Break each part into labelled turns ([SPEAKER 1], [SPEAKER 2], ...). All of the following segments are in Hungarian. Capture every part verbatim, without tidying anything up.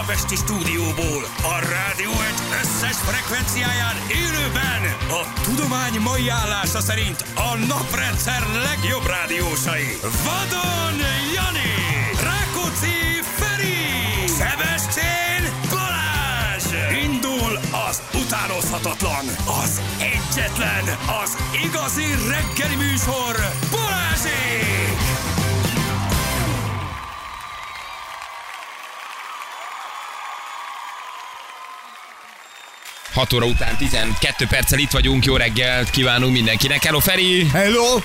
[SPEAKER 1] budapesti stúdióból, a Rádió egy összes frekvenciáján élőben a tudomány mai állása szerint a naprendszer legjobb rádiósai. Vadon Jani, Rákóczi Feri, Szebestén Balázs. Indul az utánozhatatlan, az egyetlen, az igazi reggeli műsor, Balázsék!
[SPEAKER 2] hat óra után tizenkét perccel itt vagyunk, jó reggelt kívánunk mindenkinek. Hello Feri!
[SPEAKER 3] Hello!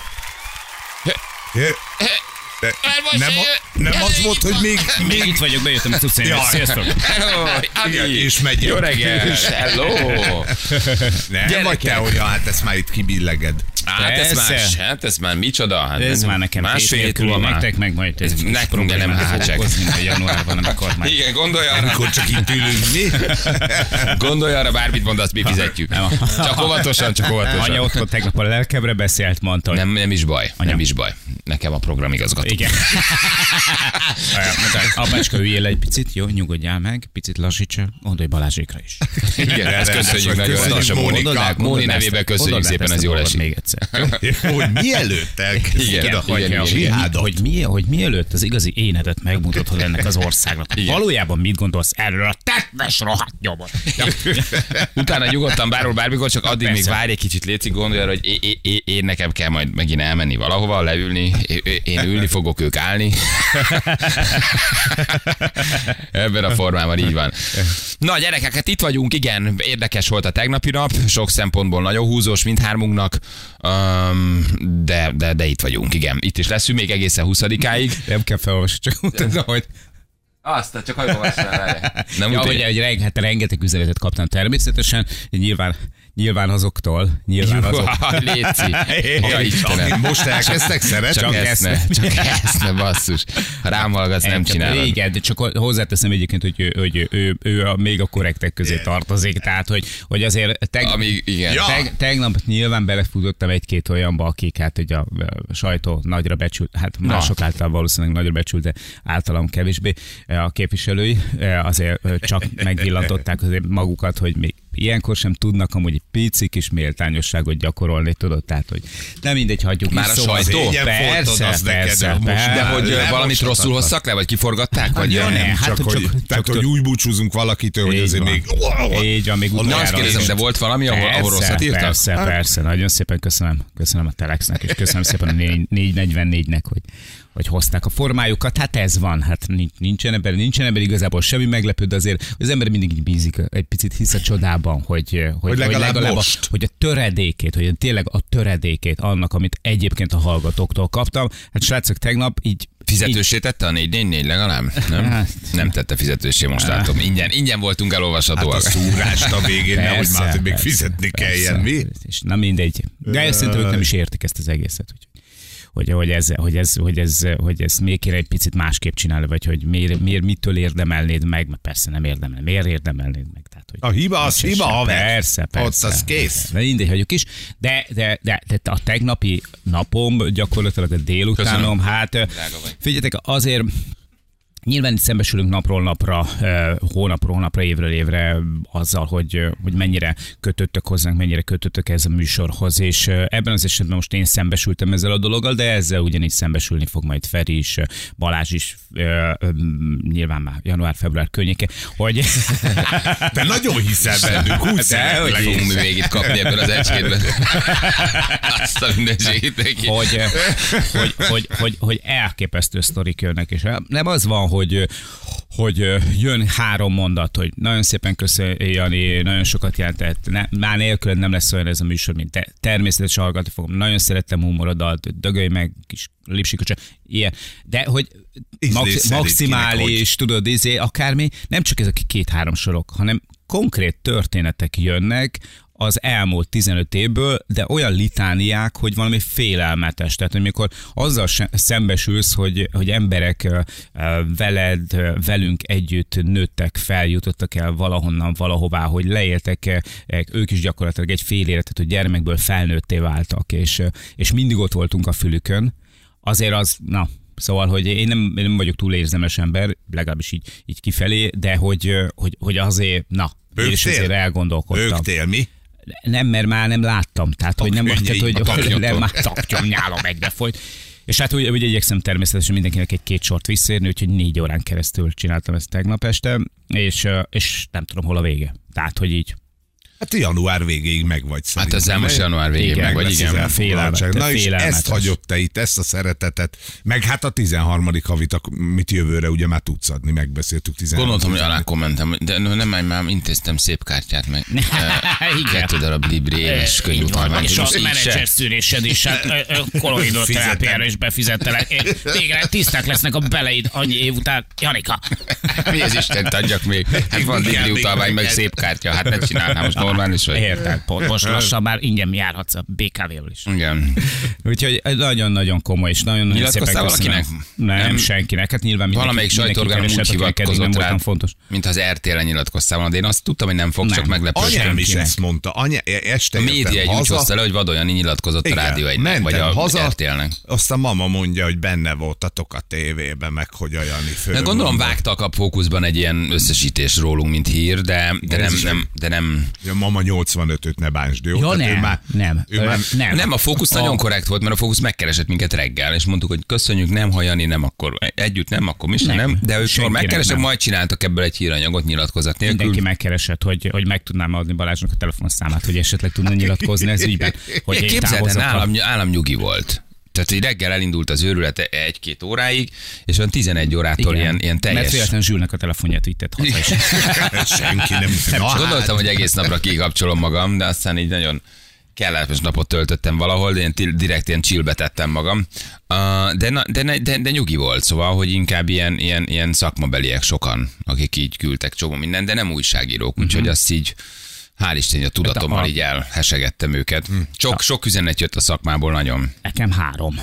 [SPEAKER 3] Nem, nem az volt, hogy még...
[SPEAKER 4] Még itt vagyok, bejöttem a cuccén. Sziasztok!
[SPEAKER 2] Hello!
[SPEAKER 3] Igen, és megy.
[SPEAKER 2] Jó reggelt! Hello!
[SPEAKER 3] Nem vagy te olyan, hát ezt már itt kibilleged.
[SPEAKER 2] Hát ez más, hát ez már micsoda? Hát
[SPEAKER 4] ez már nekem
[SPEAKER 2] másfél túl már.
[SPEAKER 4] Nektek meg majd ez
[SPEAKER 2] nekünk nem hátsek.
[SPEAKER 4] A januárban, amikor már...
[SPEAKER 2] Igen, gondolj arra.
[SPEAKER 3] Amikor csak itt ülünk, mi?
[SPEAKER 2] Gondolj arra, bármit mondasz, mi fizetjük. Csak óvatosan, csak óvatosan.
[SPEAKER 4] Anya otthon tegnap a lelkemre beszélt, mondta, hogy...
[SPEAKER 2] Nem, nem is baj, Anya. nem is baj. Nekem a programigazgató.
[SPEAKER 4] Igen. Apácska, üljél le egy picit, jó, nyugodjál meg, picit lassítsa, gondolj Balázsékra is.
[SPEAKER 2] Igen, ezt köszönjük nagyon. És a Mónika, Móni nevében köszönjük szépen, ez jól esik.
[SPEAKER 4] Még egyszer.
[SPEAKER 3] Hogy mielőtt elkezdjük a
[SPEAKER 4] zsihádot. Hogy, mi, hogy mielőtt az igazi énedet megmutatod ennek az országnak. Igen. Valójában mit gondolsz erről a tettes rohadt nyomot?
[SPEAKER 2] Utána nyugodtan bárhol bármikor, csak addig Persze. még várj egy kicsit, létszik, gondolj arra, hogy én, én, én nekem kell majd megint elmenni valahova, leülni, én ülni fogok, ők állni. Ebben a formában így van. Na gyerekek, hát itt vagyunk, igen, érdekes volt a tegnapi nap, sok szempontból nagyon húzós mindhármunknak, um, de, de, de itt vagyunk, igen. Itt is leszünk még egészen huszadikáig.
[SPEAKER 4] Nem kell felolvasni, csak utána, hogy...
[SPEAKER 2] Azt, csak hagyd olvassál. Nem
[SPEAKER 4] ja, hogy egy reng, hát rengeteg üzenetet kaptam természetesen, nyilván Nyilván azoktól, nyilván
[SPEAKER 2] Jó,
[SPEAKER 4] azoktól.
[SPEAKER 2] Léci. Ja, Istenem.
[SPEAKER 3] Most elkezdtek szeretni?
[SPEAKER 2] Csak ezt ne, csak ezt ne, basszus. Ha rám hallgatsz, nem csinálod.
[SPEAKER 4] Igen, de csak hozzáteszem egyébként, hogy, ő, hogy ő, ő, ő a, még a korrektek közé tartozik, tehát hogy, hogy azért teg,
[SPEAKER 2] Ami, igen.
[SPEAKER 4] Teg, tegnap nyilván belefutottam egy-két olyanba, akik hát hogy a sajtó nagyra becsült, hát mások által valószínűleg nagyra becsült, de általam kevésbé a képviselői azért csak megvillantották azért magukat, hogy még ilyenkor sem tudnak amúgy egy pici kis méltányosságot gyakorolni, tudod, tehát, hogy nem mindegy, hagyjuk.
[SPEAKER 2] Már a sajtó?
[SPEAKER 4] Persze, persze, persze.
[SPEAKER 2] De hogy nem valamit rosszul hozzak le, vagy kiforgatták?
[SPEAKER 3] Hát
[SPEAKER 2] vagy
[SPEAKER 3] ja, nem, hát csak, csak, hogy, csak, tehát, hogy úgy búcsúzunk valakitől, hogy azért még...
[SPEAKER 4] Így van, még
[SPEAKER 2] utoljára. Azt kérdezem, de volt valami, ahol, ahol rosszat írtak?
[SPEAKER 4] Persze, persze, nagyon szépen köszönöm. Köszönöm a Telexnek, és köszönöm szépen a négy negyvennégynek, hogy hogy hozták a formájukat, hát ez van, hát nincsen ebben, nincsen ebben igazából semmi meglepő, de azért az ember mindig így bízik, egy picit hisz a csodában, hogy, hogy, hogy legalább, hogy legalább a, hogy a töredékét, hogy tényleg a töredékét annak, amit egyébként a hallgatóktól kaptam. Hát srácok, tegnap így
[SPEAKER 2] Fizetősé tette a négy négy négy legalább? Nem? Hát, nem tette fizetősé, most látom. Ingyen, ingyen voltunk elolvashatóak.
[SPEAKER 3] Hát a szúrást a végén, persze, nehogy már, hogy még persze, fizetni persze, kelljen, mi?
[SPEAKER 4] És na mindegy. De szerintem ők nem is értik ezt az egészet, úgyhogy. Hogy, hogy, ez, hogy, ez, hogy, ez, hogy ez még kéne egy picit másképp csinálni, vagy hogy miért, miért mitől érdemelnéd meg, mert persze nem érdemel, miért érdemelnéd meg. Tehát, hogy
[SPEAKER 3] a hiba az hiba, haver.
[SPEAKER 4] Persze, persze.
[SPEAKER 3] Ott az kész.
[SPEAKER 4] De mindegy, hagyjuk is. De, de, de, de a tegnapi napom, gyakorlatilag a délutánom, hát figyeljetek, azért... Nyilván itt szembesülünk napról napra, hónapról hónapra, évről évre azzal, hogy, hogy mennyire kötöttök hozzánk, mennyire kötöttök ez a műsorhoz, és ebben az esetben most én szembesültem ezzel a dologgal, de ezzel ugyanígy szembesülni fog majd Feri is, Balázs is, nyilván már január-február környéke, hogy...
[SPEAKER 3] De nagyon hiszel bennünk, úgy
[SPEAKER 2] szeretlek. Fogunk mi még itt kapni ebből az egységben. Azt a mindenségét neki.
[SPEAKER 4] Hogy, hogy, hogy, hogy, hogy elképesztő sztorik jönnek, és nem az van, hogy, hogy jön három mondat, hogy nagyon szépen köszönöm, Jani, nagyon sokat jelentett, ne, már nélküled nem lesz olyan ez a műsor, mint te. Természetesen hallgatni fogom, nagyon szerettem humorodat, dögölj meg, kis lipsikocsa, ilyen. De hogy max, maximális, tudod, izé, akármi, nem csak ezek két-három sorok, hanem konkrét történetek jönnek az elmúlt tizenöt évből, de olyan litániák, hogy valami félelmetes. Tehát, hogy mikor azzal szembesülsz, hogy, hogy emberek veled, velünk együtt nőttek fel, jutottak el valahonnan, valahová, hogy leéltek ők is gyakorlatilag egy fél életet, hogy gyermekből felnőtté váltak, és, és mindig ott voltunk a fülükön, azért az, na, Szóval, hogy én nem, én nem vagyok túl érzelmes ember, legalábbis így, így kifelé, de hogy, hogy, hogy azért, na, én is azért elgondolkodtam.
[SPEAKER 3] Bőgtél, mi?
[SPEAKER 4] Nem, mert már nem láttam. Tehát, hogy nem, tehát, hogy,
[SPEAKER 3] taknyotól.
[SPEAKER 4] nem már taknyom, nyálom egybefolyt. És hát úgy, úgy igyekszem természetesen mindenkinek egy két sort visszaérni, úgyhogy négy órán keresztül csináltam ezt tegnap este, és, és nem tudom, hol a vége. Tehát, hogy így.
[SPEAKER 3] Hát január végéig meg vagy
[SPEAKER 2] Hát
[SPEAKER 3] szerintem.
[SPEAKER 2] ezzel most január végén
[SPEAKER 4] Igen,
[SPEAKER 2] meg vagy,
[SPEAKER 3] Lesz az
[SPEAKER 2] igen.
[SPEAKER 3] elfoglaltság. Na és
[SPEAKER 4] félelmetes.
[SPEAKER 3] ezt hagyod te itt, ezt a szeretetet, meg hát a tizenharmadik havit, amit jövőre ugye már tudsz adni, megbeszéltük tizenharmadik
[SPEAKER 2] Gondoltam, hogy alá kommentem, de nem, már, már intéztem szép kártyát, meg
[SPEAKER 4] Igen.
[SPEAKER 2] kettő darab libri éves könyvutolmányt.
[SPEAKER 4] És a
[SPEAKER 2] Most így
[SPEAKER 4] menedzser
[SPEAKER 2] se.
[SPEAKER 4] szűrésed is, hát koloidoterápiára is befizettelek. Végre tiszták lesznek a beleid annyi év után. Janika!
[SPEAKER 2] Mi az Istent adjak még? Hát van libri utalvány, meg szép kártya. Hát ne csinálnám, most normális vagy.
[SPEAKER 4] Érted, pont most lassan már ingyen járhatsz a bé ká vé-vel is.
[SPEAKER 2] Igen.
[SPEAKER 4] Úgyhogy nagyon-nagyon komoly, és nagyon-nagyon szépen
[SPEAKER 2] Nyilatkoztál
[SPEAKER 4] köszönöm.
[SPEAKER 2] valakinek?
[SPEAKER 4] Nem,
[SPEAKER 2] Nem.
[SPEAKER 4] nem, senkinek. Hát nyilván mindenki,
[SPEAKER 2] Valamelyik
[SPEAKER 4] mindenki
[SPEAKER 2] sajtóorgánum úgy
[SPEAKER 4] keresett, akinek eddig nem
[SPEAKER 2] hivatkozott
[SPEAKER 4] voltam
[SPEAKER 2] rá,
[SPEAKER 4] fontos.
[SPEAKER 2] mint az er té el-en nyilatkoztál volna, de én azt tudtam, hogy nem fog,
[SPEAKER 4] Nem.
[SPEAKER 2] csak meglepődtem.
[SPEAKER 3] Anyám is
[SPEAKER 4] senkinek.
[SPEAKER 3] ezt mondta. Anya, este
[SPEAKER 2] A média egy úgy
[SPEAKER 3] haza,
[SPEAKER 2] hozta le, hogy Vadon nyilatkozott a Rádió egynek, vagy
[SPEAKER 3] mentem
[SPEAKER 2] a
[SPEAKER 3] haza,
[SPEAKER 2] er té el-nek.
[SPEAKER 3] aztán mama mondja, hogy benne voltatok a tévében, meg hogy a Jani fő.
[SPEAKER 2] De gondolom vágtak a fókuszban egy ilyen összesítés rólunk, mint hír, de, de, nem,
[SPEAKER 3] is
[SPEAKER 2] nem, de nem,
[SPEAKER 3] Ja, mama nyolcvanötöt ne bántsd, jó?
[SPEAKER 4] Ja,
[SPEAKER 3] Tehát ő
[SPEAKER 4] nem,
[SPEAKER 3] már,
[SPEAKER 4] nem,
[SPEAKER 3] Ő már,
[SPEAKER 4] nem.
[SPEAKER 2] nem, a fókusz
[SPEAKER 4] A-
[SPEAKER 2] nagyon korrekt volt, mert a fókusz megkeresett minket reggel, és mondtuk, hogy köszönjük, nem, ha Jani nem, akkor együtt nem, akkor mi sem
[SPEAKER 4] Nem,
[SPEAKER 2] nem, de ők
[SPEAKER 4] senkinek
[SPEAKER 2] megkerestek,
[SPEAKER 4] nem.
[SPEAKER 2] majd csináltak ebből egy híranyagot nyilatkozat nélkül.
[SPEAKER 4] Mindenki megkeresett, hogy, hogy meg tudnám adni Balázsnak a telefonszámát, hogy esetleg tudna nyilatkozni ez ügyben. Hogy én
[SPEAKER 2] Képzeld,
[SPEAKER 4] távozok a-
[SPEAKER 2] állam, államnyugi volt. Tehát, hogy reggel elindult az őrület egy-két óráig, és olyan tizenegy órától ilyen, ilyen
[SPEAKER 4] Mert
[SPEAKER 2] teljes...
[SPEAKER 4] véletlenül Zsülnek a telefonját vittett haza is.
[SPEAKER 3] senki nem.
[SPEAKER 2] Nem,
[SPEAKER 3] Na,
[SPEAKER 2] csak
[SPEAKER 3] hát,
[SPEAKER 2] gondoltam, hogy egész napra kikapcsolom magam, de aztán így nagyon kellemes napot töltöttem valahol, de én ti- direkt ilyen chillbe tettem magam. Uh, de, na- de, ne- de, de nyugi volt, szóval, hogy inkább ilyen, ilyen, ilyen szakmabeliek sokan, akik így küldtek csomó minden, de nem újságírók, úgyhogy
[SPEAKER 3] Mhm.
[SPEAKER 2] azt így hál' Isten, a tudatommal
[SPEAKER 4] a-
[SPEAKER 2] így elhesegettem őket.
[SPEAKER 3] Hm.
[SPEAKER 2] Sok, sok üzenet jött a szakmából nagyon.
[SPEAKER 4] Nekem három.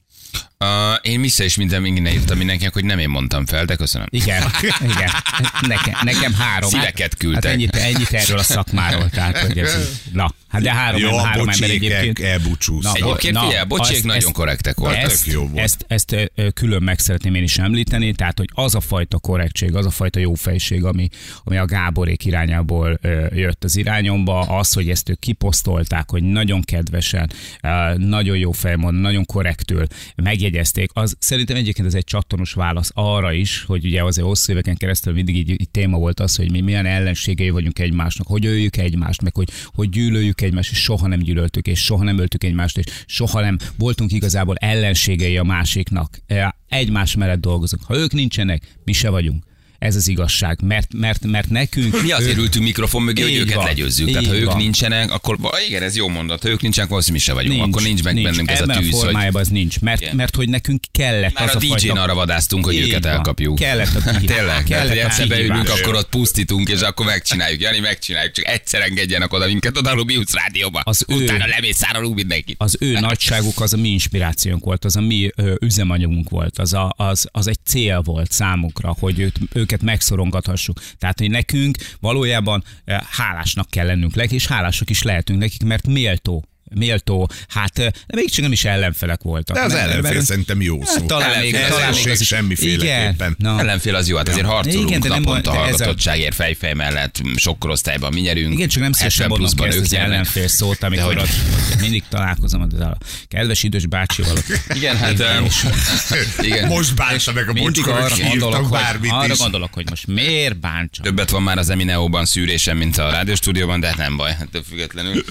[SPEAKER 2] Uh, én vissza is minden, minden írtam mindenkinek, hogy nem én mondtam fel, de köszönöm.
[SPEAKER 4] Igen, igen. Nekem, nekem három.
[SPEAKER 2] Szíveket küldtek.
[SPEAKER 4] Hát ennyit, ennyit erről a szakmáról. Tehát, hogy ez, így- na, hát de három,
[SPEAKER 3] jó,
[SPEAKER 4] em-
[SPEAKER 3] a
[SPEAKER 4] három ember
[SPEAKER 3] bocsiékek
[SPEAKER 4] egyébként.
[SPEAKER 3] elbúcsúznak.
[SPEAKER 4] Na,
[SPEAKER 2] Egyébként
[SPEAKER 4] Na,
[SPEAKER 2] figyelj, a bocsiék
[SPEAKER 4] azt-
[SPEAKER 2] nagyon
[SPEAKER 4] ezt-
[SPEAKER 2] korrektek voltak.
[SPEAKER 4] Ezt,
[SPEAKER 3] Tök jó volt.
[SPEAKER 4] ezt, ezt ö, külön meg szeretném én is említeni, tehát, hogy az a fajta korrektség, az a fajta jófejség, ami, ami a Gáborék irányából ö, jött az irányomba, az, hogy ezt ők kiposztolták, hogy nagyon kedvesen, ö, nagyon jó fejmódon, nagyon korrektül megjegyezték, az szerintem egyébként ez egy csattanós válasz arra is, hogy ugye azért hosszú éveken keresztül mindig így, így téma volt az, hogy mi milyen ellenségei vagyunk egymásnak, hogy öljük egymást, meg hogy, hogy gyűlöljük egymást, és soha nem gyűlöltük, és soha nem öltük egymást, és soha nem voltunk igazából ellenségei a másiknak. Egymás mellett dolgozunk. Ha ők nincsenek, mi se vagyunk. Ez az igazság, mert, mert, mert nekünk...
[SPEAKER 2] Mi azért
[SPEAKER 4] ők-
[SPEAKER 2] ültünk mikrofon mögé, hogy
[SPEAKER 4] Így
[SPEAKER 2] őket
[SPEAKER 4] van,
[SPEAKER 2] legyőzzük. Tehát
[SPEAKER 4] így
[SPEAKER 2] ha ők
[SPEAKER 4] van.
[SPEAKER 2] nincsenek, akkor igen, ez jó mondat. Ha ők nincsenek, valószínűleg mi se vagyunk. Akkor nincs meg bennünk ez a
[SPEAKER 4] Ebben
[SPEAKER 2] tűz,
[SPEAKER 4] a
[SPEAKER 2] hogy
[SPEAKER 4] formájában az nincs, mert,
[SPEAKER 2] Igen.
[SPEAKER 4] mert hogy nekünk kellett
[SPEAKER 2] már
[SPEAKER 4] az
[SPEAKER 2] a
[SPEAKER 4] a
[SPEAKER 2] dé dzsén
[SPEAKER 4] fajta...
[SPEAKER 2] arra vadáztunk, hogy
[SPEAKER 4] Így
[SPEAKER 2] őket
[SPEAKER 4] van.
[SPEAKER 2] elkapjuk.
[SPEAKER 4] Kellett a kihívás.
[SPEAKER 2] Tényleg,
[SPEAKER 4] Kellett
[SPEAKER 2] tehát, hogy
[SPEAKER 4] a
[SPEAKER 2] egyszer beülünk,
[SPEAKER 4] kihívás.
[SPEAKER 2] akkor ott pusztítunk, és akkor megcsináljuk. Jani, megcsináljuk, csak egyszer engedjenek oda minket oda a Rubius rádióba.
[SPEAKER 4] Az ő-
[SPEAKER 2] Utána lemészárolunk mindenkit.
[SPEAKER 4] Az ő nagyságuk az a mi inspirációnk volt, az a mi ö, üzemanyagunk volt, az, a, az, az egy cél volt számunkra, hogy őt, őket megszorongathassuk. Tehát, hogy nekünk valójában ö, hálásnak kell lennünk nekik, és hálásak is lehetünk nekik, mert méltó. Méltó, hát de még csak nem is ellenfelek voltak.
[SPEAKER 3] De az
[SPEAKER 4] Mert-
[SPEAKER 3] ellenfél
[SPEAKER 4] mert-
[SPEAKER 3] szerintem jó szó.
[SPEAKER 4] Hát, talán még,
[SPEAKER 2] Ellenfél,
[SPEAKER 4] talán még
[SPEAKER 3] ellenség
[SPEAKER 4] az is-
[SPEAKER 3] semmiféleképpen.
[SPEAKER 4] Igen, na.
[SPEAKER 2] Ellenfél az jó, hát azért harcolunk
[SPEAKER 4] Igen, de nem
[SPEAKER 2] naponta
[SPEAKER 4] baj, de ez a-
[SPEAKER 2] hallgatottságért, fejfej mellett, sok korosztályban mi nyerünk.
[SPEAKER 4] Igen, csak nem szívesen
[SPEAKER 2] hetven
[SPEAKER 4] mondom ki
[SPEAKER 2] pluszban
[SPEAKER 4] ezt
[SPEAKER 2] ők
[SPEAKER 4] az
[SPEAKER 2] nyernek.
[SPEAKER 4] ellenfél szót, amikor
[SPEAKER 2] De hogy-
[SPEAKER 4] ott mindig találkozom az a kedves idős bácsival.
[SPEAKER 2] Igen, hát em, igen.
[SPEAKER 3] Most bánta meg a
[SPEAKER 4] Mindig
[SPEAKER 3] bocskor,
[SPEAKER 4] arra
[SPEAKER 3] hogy
[SPEAKER 4] gondolok,
[SPEAKER 3] hívtak
[SPEAKER 4] hogy,
[SPEAKER 3] bármit
[SPEAKER 4] arra
[SPEAKER 3] is.
[SPEAKER 4] gondolok, hogy most miért bántsam.
[SPEAKER 2] Többet van már az Emineóban szűrésen, mint a rádióstúdióban, de hát nem baj, hát több függetlenül.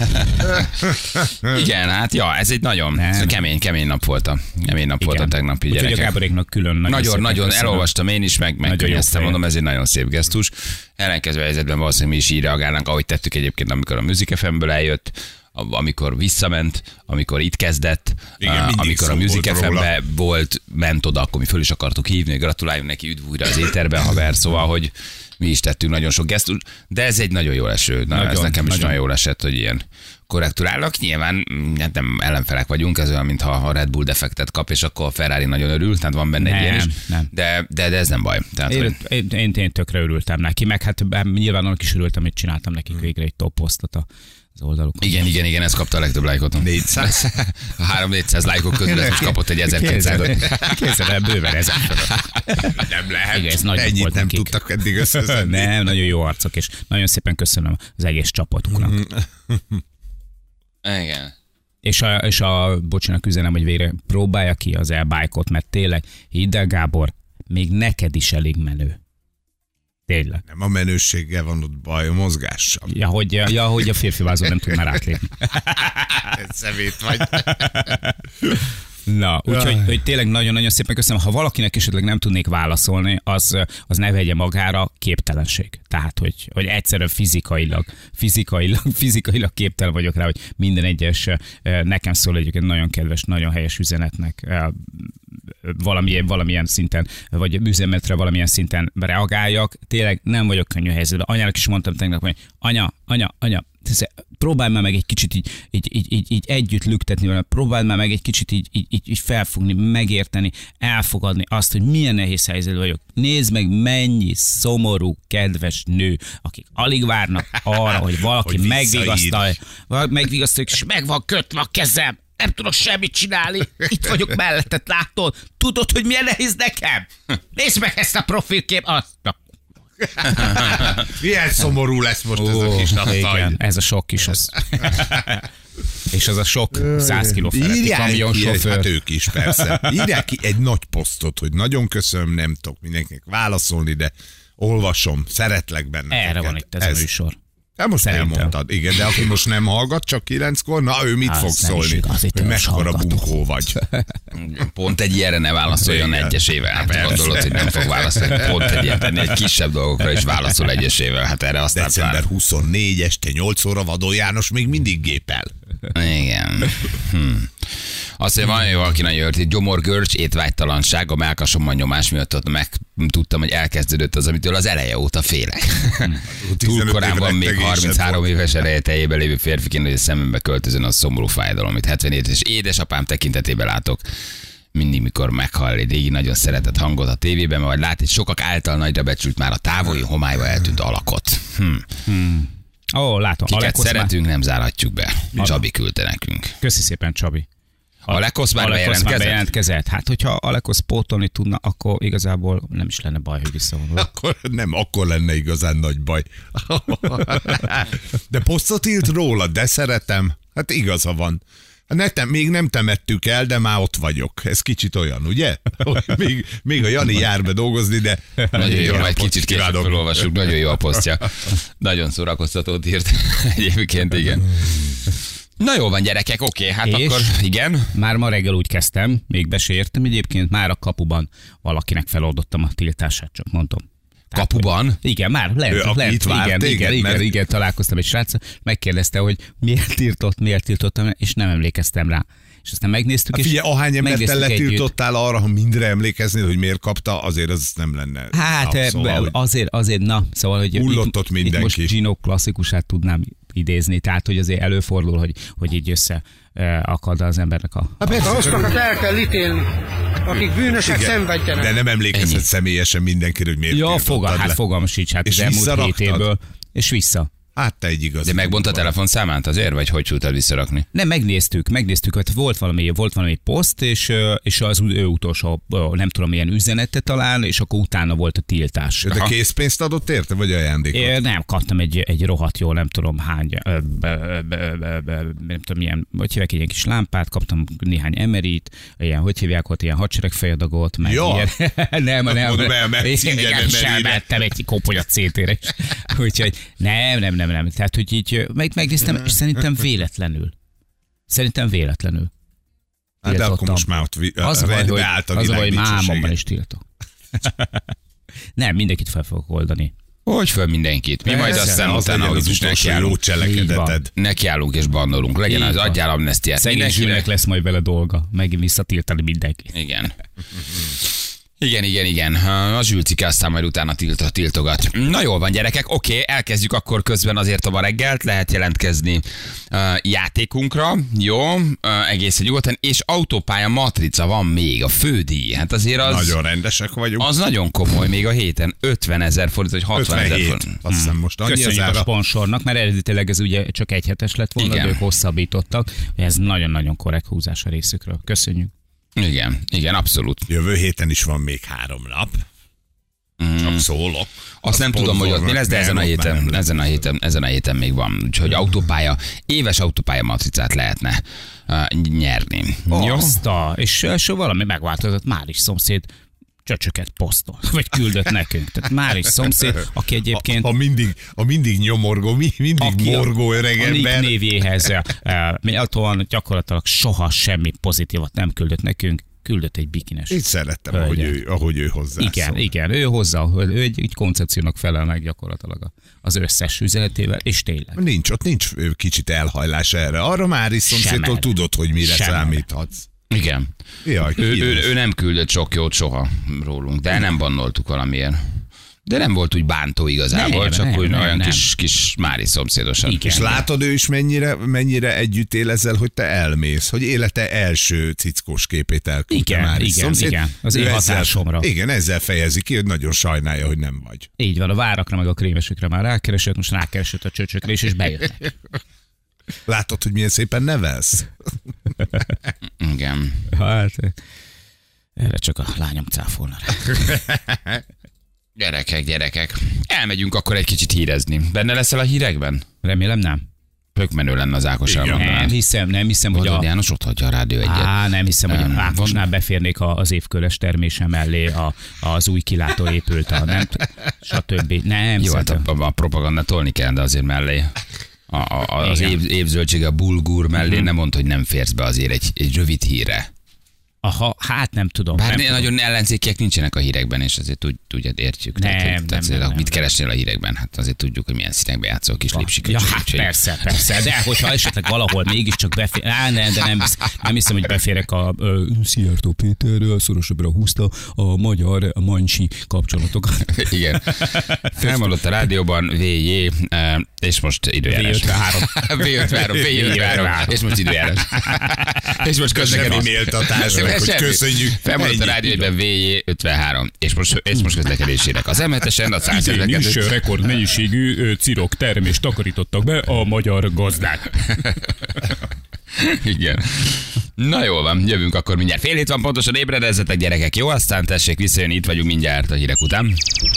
[SPEAKER 2] Igen, hát ja, ez egy nagyon
[SPEAKER 4] Nem.
[SPEAKER 2] ez kemény, kemény nap volt a, kemény nap volt a tegnapi
[SPEAKER 4] Úgyhogy a
[SPEAKER 2] gyerekek.
[SPEAKER 4] Gáboréknak külön nagyon
[SPEAKER 2] Nagyon,
[SPEAKER 4] szépen
[SPEAKER 2] nagyon
[SPEAKER 4] köszönöm.
[SPEAKER 2] elolvastam én is, meg, meg
[SPEAKER 4] Nagyon jó
[SPEAKER 2] könnyeztem,
[SPEAKER 4] feje.
[SPEAKER 2] mondom, ez egy nagyon szép gesztus. Ellenkező helyzetben valószínűleg mi is így reagálnánk, ahogy tettük egyébként, amikor a Music ef em-ből eljött, a- amikor visszament, amikor itt kezdett,
[SPEAKER 3] Igen,
[SPEAKER 2] a-
[SPEAKER 3] mindig
[SPEAKER 2] amikor a
[SPEAKER 3] szó
[SPEAKER 2] Music
[SPEAKER 3] volt
[SPEAKER 2] ef
[SPEAKER 3] róla.
[SPEAKER 2] em-be volt, ment oda, akkor mi föl is akartuk hívni, hogy gratuláljunk neki, üdv újra az éterben, haver, szóval, hogy mi is tettünk nagyon sok gesztus, de ez egy nagyon jó eső. Na, ez
[SPEAKER 4] Nagyon,
[SPEAKER 2] nekem is
[SPEAKER 4] nagyon.
[SPEAKER 2] nagyon jól esett, hogy ilyen korrektül állnak. Nyilván mm, hát nem ellenfelek vagyunk, ez olyan, mintha a Red Bull defektet kap, és akkor a Ferrari nagyon örül, tehát van benne egy
[SPEAKER 4] Nem,
[SPEAKER 2] ilyen is.
[SPEAKER 4] nem.
[SPEAKER 2] De, de, de ez nem baj. Tehát, hogy-
[SPEAKER 4] Én, én, én, én tökre örültem neki, meg hát nyilván annak is örültem, hogy csináltam nekik végre egy top posztot a az oldalukon.
[SPEAKER 2] Igen, igen, igen, ez kapta a legtöbb lájkot.
[SPEAKER 3] négyszáz?
[SPEAKER 2] A három-négyszáz lájkok közül ez most kapott egy ezerkétszázat.
[SPEAKER 4] Képzeld, bőven ezer fölött.
[SPEAKER 3] Nem lehet.
[SPEAKER 4] Igen, ez nagyon
[SPEAKER 3] Ennyit
[SPEAKER 4] volt
[SPEAKER 3] nem
[SPEAKER 4] nekik.
[SPEAKER 3] tudtak eddig összeszedni.
[SPEAKER 4] Nem, nagyon jó arcok, és nagyon szépen köszönöm az egész csapatuknak.
[SPEAKER 2] Igen.
[SPEAKER 4] És a, és a bocsánat, üzenem, hogy végre próbálja ki az e-bike-ot, mert tényleg, hidd el, Gábor, még neked is elég menő. Tényleg.
[SPEAKER 3] Nem a menőséggel van ott baj, a mozgással.
[SPEAKER 4] Ja, hogy, ja, hogy a férfi vázon nem tud már átlépni.
[SPEAKER 3] Szemét vagy.
[SPEAKER 4] Na, úgyhogy hogy tényleg nagyon-nagyon szépen köszönöm. Ha valakinek esetleg nem tudnék válaszolni, az, az ne vegye magára képtelenség. Tehát, hogy, hogy egyszerűen fizikailag, fizikailag, fizikailag képtelen vagyok rá, hogy minden egyes nekem szól egyébként nagyon kedves, nagyon helyes üzenetnek valamilyen, valamilyen szinten, vagy üzenetre valamilyen szinten reagáljak. Tényleg nem vagyok könnyű helyzetben. Anyának is mondtam tegnap, hogy anya, anya, anya, próbálj már meg egy kicsit így, így, így, így, így együtt lüktetni vele, próbálj már meg egy kicsit így, így, így, így felfogni, megérteni, elfogadni azt, hogy milyen nehéz helyzetben vagyok. Nézd meg, mennyi szomorú, kedves nő, akik alig várnak arra, hogy valaki
[SPEAKER 3] hogy
[SPEAKER 4] megvigasztalja, megvigasztalja, és meg van kötve a kezem. Nem tudok semmit csinálni. Itt vagyok melletted, látod? Tudod, hogy milyen nehéz nekem? Nézd meg ezt a profilkép. Azt.
[SPEAKER 3] Milyen szomorú lesz most ez a kis
[SPEAKER 4] igen, ez a sok kis az. És az a sok száz kiló feletti kamionsofőr.
[SPEAKER 3] Hát ők is persze. Írják ki egy nagy posztot, hogy nagyon köszönöm, nem tudok mindenkinek válaszolni, de olvasom, szeretlek benne.
[SPEAKER 4] Erre van itt ez, ez a műsor.
[SPEAKER 3] Hát most
[SPEAKER 4] Szerintem.
[SPEAKER 3] elmondtad, igen, de aki most nem hallgat, csak kilenckor, na ő mit
[SPEAKER 4] Az
[SPEAKER 3] fog
[SPEAKER 4] nem
[SPEAKER 3] szólni?
[SPEAKER 4] igaz, itt
[SPEAKER 3] Hogy
[SPEAKER 4] most
[SPEAKER 3] mekkora
[SPEAKER 4] hallgatok.
[SPEAKER 3] bunkó vagy.
[SPEAKER 2] Pont egy ilyenre ne válaszoljon
[SPEAKER 3] Igen.
[SPEAKER 2] egyesével. Hát gondolod, hogy nem fog válaszolni. Pont egy ilyen tenni, egy kisebb dolgokra is válaszol egyesével. Hát erre aztán
[SPEAKER 3] december huszonnégy este nyolc óra Vadó János még mindig gépel.
[SPEAKER 2] Igen. Hm. Azt mondja, van, hogy valaki nagyon örti, gyomorgörcs, étvágytalanság, a mellkasomban nyomás miatt ott megtudtam, hogy elkezdődött az, amitől az eleje óta félek. Túl korán van még harminchárom éves eleje teljében lévő férfiként, hogy a szemembe költözön az szomorú fájdalom, amit hetvenhét éves édesapám tekintetében látok. Mindig, mikor meghall egy régi, nagyon szeretett hangot a tévében, vagy lát egy sokak által nagyra becsült, már a távoli homályba eltűnt alakot. Hm.
[SPEAKER 4] Hmm. Ó, látom.
[SPEAKER 2] Kiket
[SPEAKER 4] Alekosz
[SPEAKER 2] szeretünk, nem zárhatjuk be. Csabi küldte nekünk.
[SPEAKER 4] Köszi szépen, Csabi.
[SPEAKER 2] Alekosz már bejelentkezett?
[SPEAKER 4] bejelentkezett. Hát, hogyha Alekosz pótolni tudna, akkor igazából nem is lenne baj, hogy visszavonul.
[SPEAKER 3] Akkor nem, akkor lenne igazán nagy baj. De posztot írt róla, de szeretem. Hát igaza van. Ne tem, még nem temettük el, de már ott vagyok. Ez kicsit olyan, ugye? Még, még a Jani jár be dolgozni, de...
[SPEAKER 2] Nagyon jó, majd
[SPEAKER 3] napot
[SPEAKER 2] kicsit később
[SPEAKER 3] kívánok.
[SPEAKER 2] felolvasjuk, nagyon jó a posztja. Nagyon szórakoztatót írt. Egyébként igen. Na jó van, gyerekek, oké, hát
[SPEAKER 4] És?
[SPEAKER 2] akkor igen.
[SPEAKER 4] Már ma reggel úgy kezdtem, még be se értem egyébként, már a kapuban valakinek feloldottam a tiltását, csak mondom. Tehát,
[SPEAKER 2] Kapuban?
[SPEAKER 4] hogy- Igen, már lent,
[SPEAKER 3] Ő, aki
[SPEAKER 4] lent
[SPEAKER 3] itt vár
[SPEAKER 4] igen,
[SPEAKER 3] téged,
[SPEAKER 4] igen, igen,
[SPEAKER 3] mert-
[SPEAKER 4] igen, találkoztam egy sráccal, megkérdezte, hogy miért tiltott, miért tiltottam, és nem emlékeztem rá. És aztán megnéztük,
[SPEAKER 3] Hát
[SPEAKER 4] és
[SPEAKER 3] figyelj, ahány embert te
[SPEAKER 4] megnéztük együtt.
[SPEAKER 3] letiltottál arra, ha mindre emlékeznéd, hogy miért kapta, azért az nem lenne.
[SPEAKER 4] Hát
[SPEAKER 3] szám, szóval, hogy
[SPEAKER 4] azért, azért, na, szóval, hogy
[SPEAKER 3] Hullott
[SPEAKER 4] itt,
[SPEAKER 3] ott
[SPEAKER 4] itt
[SPEAKER 3] mindenki.
[SPEAKER 4] most Gino klasszikusát tudnám idézni, tehát, hogy azért előfordul, hogy, hogy így össze eh, akad az embernek a...
[SPEAKER 3] Hát persze, csak-
[SPEAKER 5] Azokat el kell ítélni, akik bűnösek,
[SPEAKER 3] igen,
[SPEAKER 5] szenvedjenek.
[SPEAKER 3] de nem emlékezhet
[SPEAKER 2] Ennyi.
[SPEAKER 3] személyesen mindenkire, hogy miért
[SPEAKER 4] Ja,
[SPEAKER 3] tiltottad
[SPEAKER 4] fogal,
[SPEAKER 3] le.
[SPEAKER 4] hát fogalmam sincs, hát
[SPEAKER 3] És
[SPEAKER 4] az elmúlt
[SPEAKER 3] visszaraktad?
[SPEAKER 4] hét évből, és vissza.
[SPEAKER 3] Hát te egy igaz.
[SPEAKER 2] De megmondta a telefonszámát azért, vagy hogy tudtad visszarakni?
[SPEAKER 4] Nem, megnéztük, megnéztük, hogy volt valami, volt valami poszt, és, ö, és az ő utolsó, ö, nem tudom, milyen üzenete talán, és akkor utána volt a tiltás.
[SPEAKER 3] De
[SPEAKER 4] Aha.
[SPEAKER 3] készpénzt adott érte, vagy ajándékot?
[SPEAKER 4] É, nem, kaptam egy, egy rohadt jó, nem tudom hány, ö, ö, ö, ö, ö, ö, nem tudom milyen, hogy hívják, egy ilyen kis lámpát, kaptam néhány emerit, ilyen, hogy hívják ott, ilyen hadseregfejadagot, meg
[SPEAKER 3] Ja.
[SPEAKER 4] ilyen. nem, nem,
[SPEAKER 3] Mondom,
[SPEAKER 4] nem.
[SPEAKER 3] elmehetsz ingyen
[SPEAKER 4] Igen, is
[SPEAKER 3] emerire.
[SPEAKER 4] elmehettem egy koponyat szétére is. Úgyhogy nem, nem, nem, nem. Tehát, hogy így meg, megnéztem, és szerintem véletlenül. Szerintem véletlenül.
[SPEAKER 3] Hát de akkor
[SPEAKER 4] tiltottam.
[SPEAKER 3] most már ott vi-
[SPEAKER 4] Az a baj,
[SPEAKER 3] rendbe
[SPEAKER 4] hogy,
[SPEAKER 3] állt a
[SPEAKER 4] az a
[SPEAKER 3] világ
[SPEAKER 4] baj, hogy
[SPEAKER 3] dicsősége.
[SPEAKER 4] mámomban is tiltok. Nem, mindenkit fel fogok oldani.
[SPEAKER 2] Hogy föl mindenkit. Mi majd
[SPEAKER 3] Persze,
[SPEAKER 2] aztán
[SPEAKER 3] az
[SPEAKER 2] utána,
[SPEAKER 3] legyen
[SPEAKER 2] hogy
[SPEAKER 3] az
[SPEAKER 2] is
[SPEAKER 3] utolsó jó
[SPEAKER 2] nekiállunk.
[SPEAKER 3] cselekedeted.
[SPEAKER 2] Nekiállunk és bandolunk. Legyen
[SPEAKER 4] Így
[SPEAKER 2] az,
[SPEAKER 4] van.
[SPEAKER 2] adjál amnestiát
[SPEAKER 4] Szegény Zsülnek
[SPEAKER 2] mindenkinek.
[SPEAKER 4] lesz majd vele dolga, megint visszatiltani mindenki.
[SPEAKER 2] Igen. Igen, igen, igen. A zsülcike aztán majd utána tilt, tiltogat. Na jól van, gyerekek, oké, okay, elkezdjük akkor közben azért a ma reggelt, lehet jelentkezni uh, játékunkra, jó, uh, egészen nyugodtan, és autópálya matrica van még, a fődíj. Hát azért az...
[SPEAKER 3] Nagyon rendesek vagyunk.
[SPEAKER 2] Az nagyon komoly még a héten, ötvenezer forint, vagy hatvanezer forint.
[SPEAKER 3] Azt hiszem most annyi
[SPEAKER 4] Köszönjük
[SPEAKER 3] az
[SPEAKER 4] a
[SPEAKER 3] ára.
[SPEAKER 4] sponsornak, mert eredetileg ez ugye csak egy hetes lett volna,
[SPEAKER 2] Igen.
[SPEAKER 4] de ők hosszabbítottak. Ez nagyon-nagyon korrekt húzás a részükről. Köszönjük.
[SPEAKER 2] Igen, igen, abszolút.
[SPEAKER 3] Jövő héten is van még három nap. Csak szólok.
[SPEAKER 2] Azt nem tudom, hogy ott mi lesz, de
[SPEAKER 3] Nem,
[SPEAKER 2] ezen a
[SPEAKER 3] ott
[SPEAKER 2] héten,
[SPEAKER 3] már nem
[SPEAKER 2] ezen a héten, ezen a héten még van. Úgyhogy autópálya, éves autópálya matricát lehetne uh, nyerni. Jó?
[SPEAKER 4] Azt a, és, és valami megváltozott, már is szomszéd csöcsöket posztol, vagy küldött nekünk. Tehát már is szomszéd, aki egyébként...
[SPEAKER 3] A, a, mindig, a mindig nyomorgó, mi, mindig
[SPEAKER 4] aki
[SPEAKER 3] morgó öreg
[SPEAKER 4] a Nick
[SPEAKER 3] ember.
[SPEAKER 4] névjéhez méltóan gyakorlatilag soha semmi pozitívat nem küldött nekünk, küldött egy bikines.
[SPEAKER 3] Így szerettem, ahogy
[SPEAKER 4] Hölgyet.
[SPEAKER 3] ő, ahogy ő hozzá
[SPEAKER 4] Igen, igen, ő hozzá, ő egy, egy koncepciónak felel meg gyakorlatilag az összes üzenetével, és tényleg.
[SPEAKER 3] Nincs, ott nincs ő, kicsit elhajlás erre. Arra már is szomszédtól
[SPEAKER 4] Sem
[SPEAKER 3] tudod, hogy mire
[SPEAKER 4] Sem
[SPEAKER 3] számíthatsz.
[SPEAKER 2] Igen.
[SPEAKER 3] Jaj,
[SPEAKER 2] Ő, ő,
[SPEAKER 3] kínos.
[SPEAKER 2] ő nem küldött sok jót soha rólunk, de nem bannoltuk valamiért. De nem volt úgy bántó igazából,
[SPEAKER 4] Nem,
[SPEAKER 2] csak
[SPEAKER 4] nem,
[SPEAKER 2] úgy
[SPEAKER 4] nem,
[SPEAKER 2] olyan
[SPEAKER 4] nem.
[SPEAKER 2] kis, kis mári szomszédosan.
[SPEAKER 4] Igen.
[SPEAKER 3] És látod ő is mennyire, mennyire együtt él ezzel, hogy te elmész, hogy élete első cickós képét elküldte
[SPEAKER 4] Igen,
[SPEAKER 3] már is
[SPEAKER 4] igen,
[SPEAKER 3] szomszéd.
[SPEAKER 4] igen. Az
[SPEAKER 3] Ő
[SPEAKER 4] én
[SPEAKER 3] ezzel-
[SPEAKER 4] hatásomra.
[SPEAKER 3] Igen, ezzel fejezi ki, hogy nagyon sajnálja, hogy nem vagy.
[SPEAKER 4] Így van, a várakra meg a krémesekre már rákeresett, most rákeresett a csöcsökre is, és bejöttek.
[SPEAKER 3] Látod, hogy milyen szépen nevelsz?
[SPEAKER 2] Igen.
[SPEAKER 4] Hát, erre csak a lányom cáfolna rá.
[SPEAKER 2] Gyerekek, gyerekek. Elmegyünk akkor egy kicsit hírezni. Benne leszel a hírekben?
[SPEAKER 4] Remélem nem.
[SPEAKER 2] Tök menő lenne az Ákos
[SPEAKER 3] Igen.
[SPEAKER 2] elmondaná.
[SPEAKER 4] Nem hiszem, nem hiszem, hogy
[SPEAKER 2] Bodor
[SPEAKER 4] a...
[SPEAKER 2] János ott hagyja a rádió egyet.
[SPEAKER 4] Á, nem hiszem, hogy
[SPEAKER 2] Nem,
[SPEAKER 4] a Ákosnál
[SPEAKER 2] van-
[SPEAKER 4] beférnék a- az évköres termése mellé a, az új kilátó épült, a nem, stb. Nem,
[SPEAKER 2] Jó, hát
[SPEAKER 4] szerintem.
[SPEAKER 2] a, a propaganda tolni kell, de azért mellé. A, a, a, az
[SPEAKER 4] Igen.
[SPEAKER 2] év, évzöldsége a bulgur mellé nem mondta, hogy nem férsz be azért egy, egy rövid hírre.
[SPEAKER 4] Aha, hát nem tudom.
[SPEAKER 2] Bár
[SPEAKER 4] nem
[SPEAKER 2] nem
[SPEAKER 4] tudom.
[SPEAKER 2] nagyon ellenzékiek nincsenek a hírekben, és azért tud, tudjad, értjük.
[SPEAKER 4] Nem,
[SPEAKER 2] Tehát,
[SPEAKER 4] nem,
[SPEAKER 2] tehát,
[SPEAKER 4] nem,
[SPEAKER 2] nem,
[SPEAKER 4] nem,
[SPEAKER 2] mit
[SPEAKER 4] nem.
[SPEAKER 2] keresnél a hírekben? Hát azért tudjuk, hogy milyen színekbe játszol, kis lipsiköcsög.
[SPEAKER 4] Ja, hát persze, persze, de hogyha esetleg valahol mégiscsak befér... Á, nem, de nem, hisz, nem hiszem, hogy beférek a... Ö, Szijjártó Péter szorosabbra húzta a magyar-mancsi kapcsolatokat.
[SPEAKER 2] Igen. Felmondott a rádióban vé jé, eh, és most időjárás.
[SPEAKER 4] vé ötvenhárom.
[SPEAKER 2] vé ötvenhárom, vé ötvenhárom, és most időjárás. És most közlekedés.
[SPEAKER 3] Semmi méltatás, meg, hogy
[SPEAKER 2] Semmi.
[SPEAKER 3] köszönjük.
[SPEAKER 2] Felmondott a
[SPEAKER 3] Ennyi.
[SPEAKER 2] rádió egyben vé jé ötvenhárom, és most, és most közlekedésére. Az em hetesen a száz
[SPEAKER 4] Idén is
[SPEAKER 2] közlekedés.
[SPEAKER 4] rekordmennyiségű ö, cirok termést takarítottak be a magyar gazdák.
[SPEAKER 2] Igen. Na jól van, jövünk akkor mindjárt. Fél hét van pontosan, ébredezzetek gyerekek, jó? Aztán tessék visszajönni, itt vagyunk mindjárt a hírek után.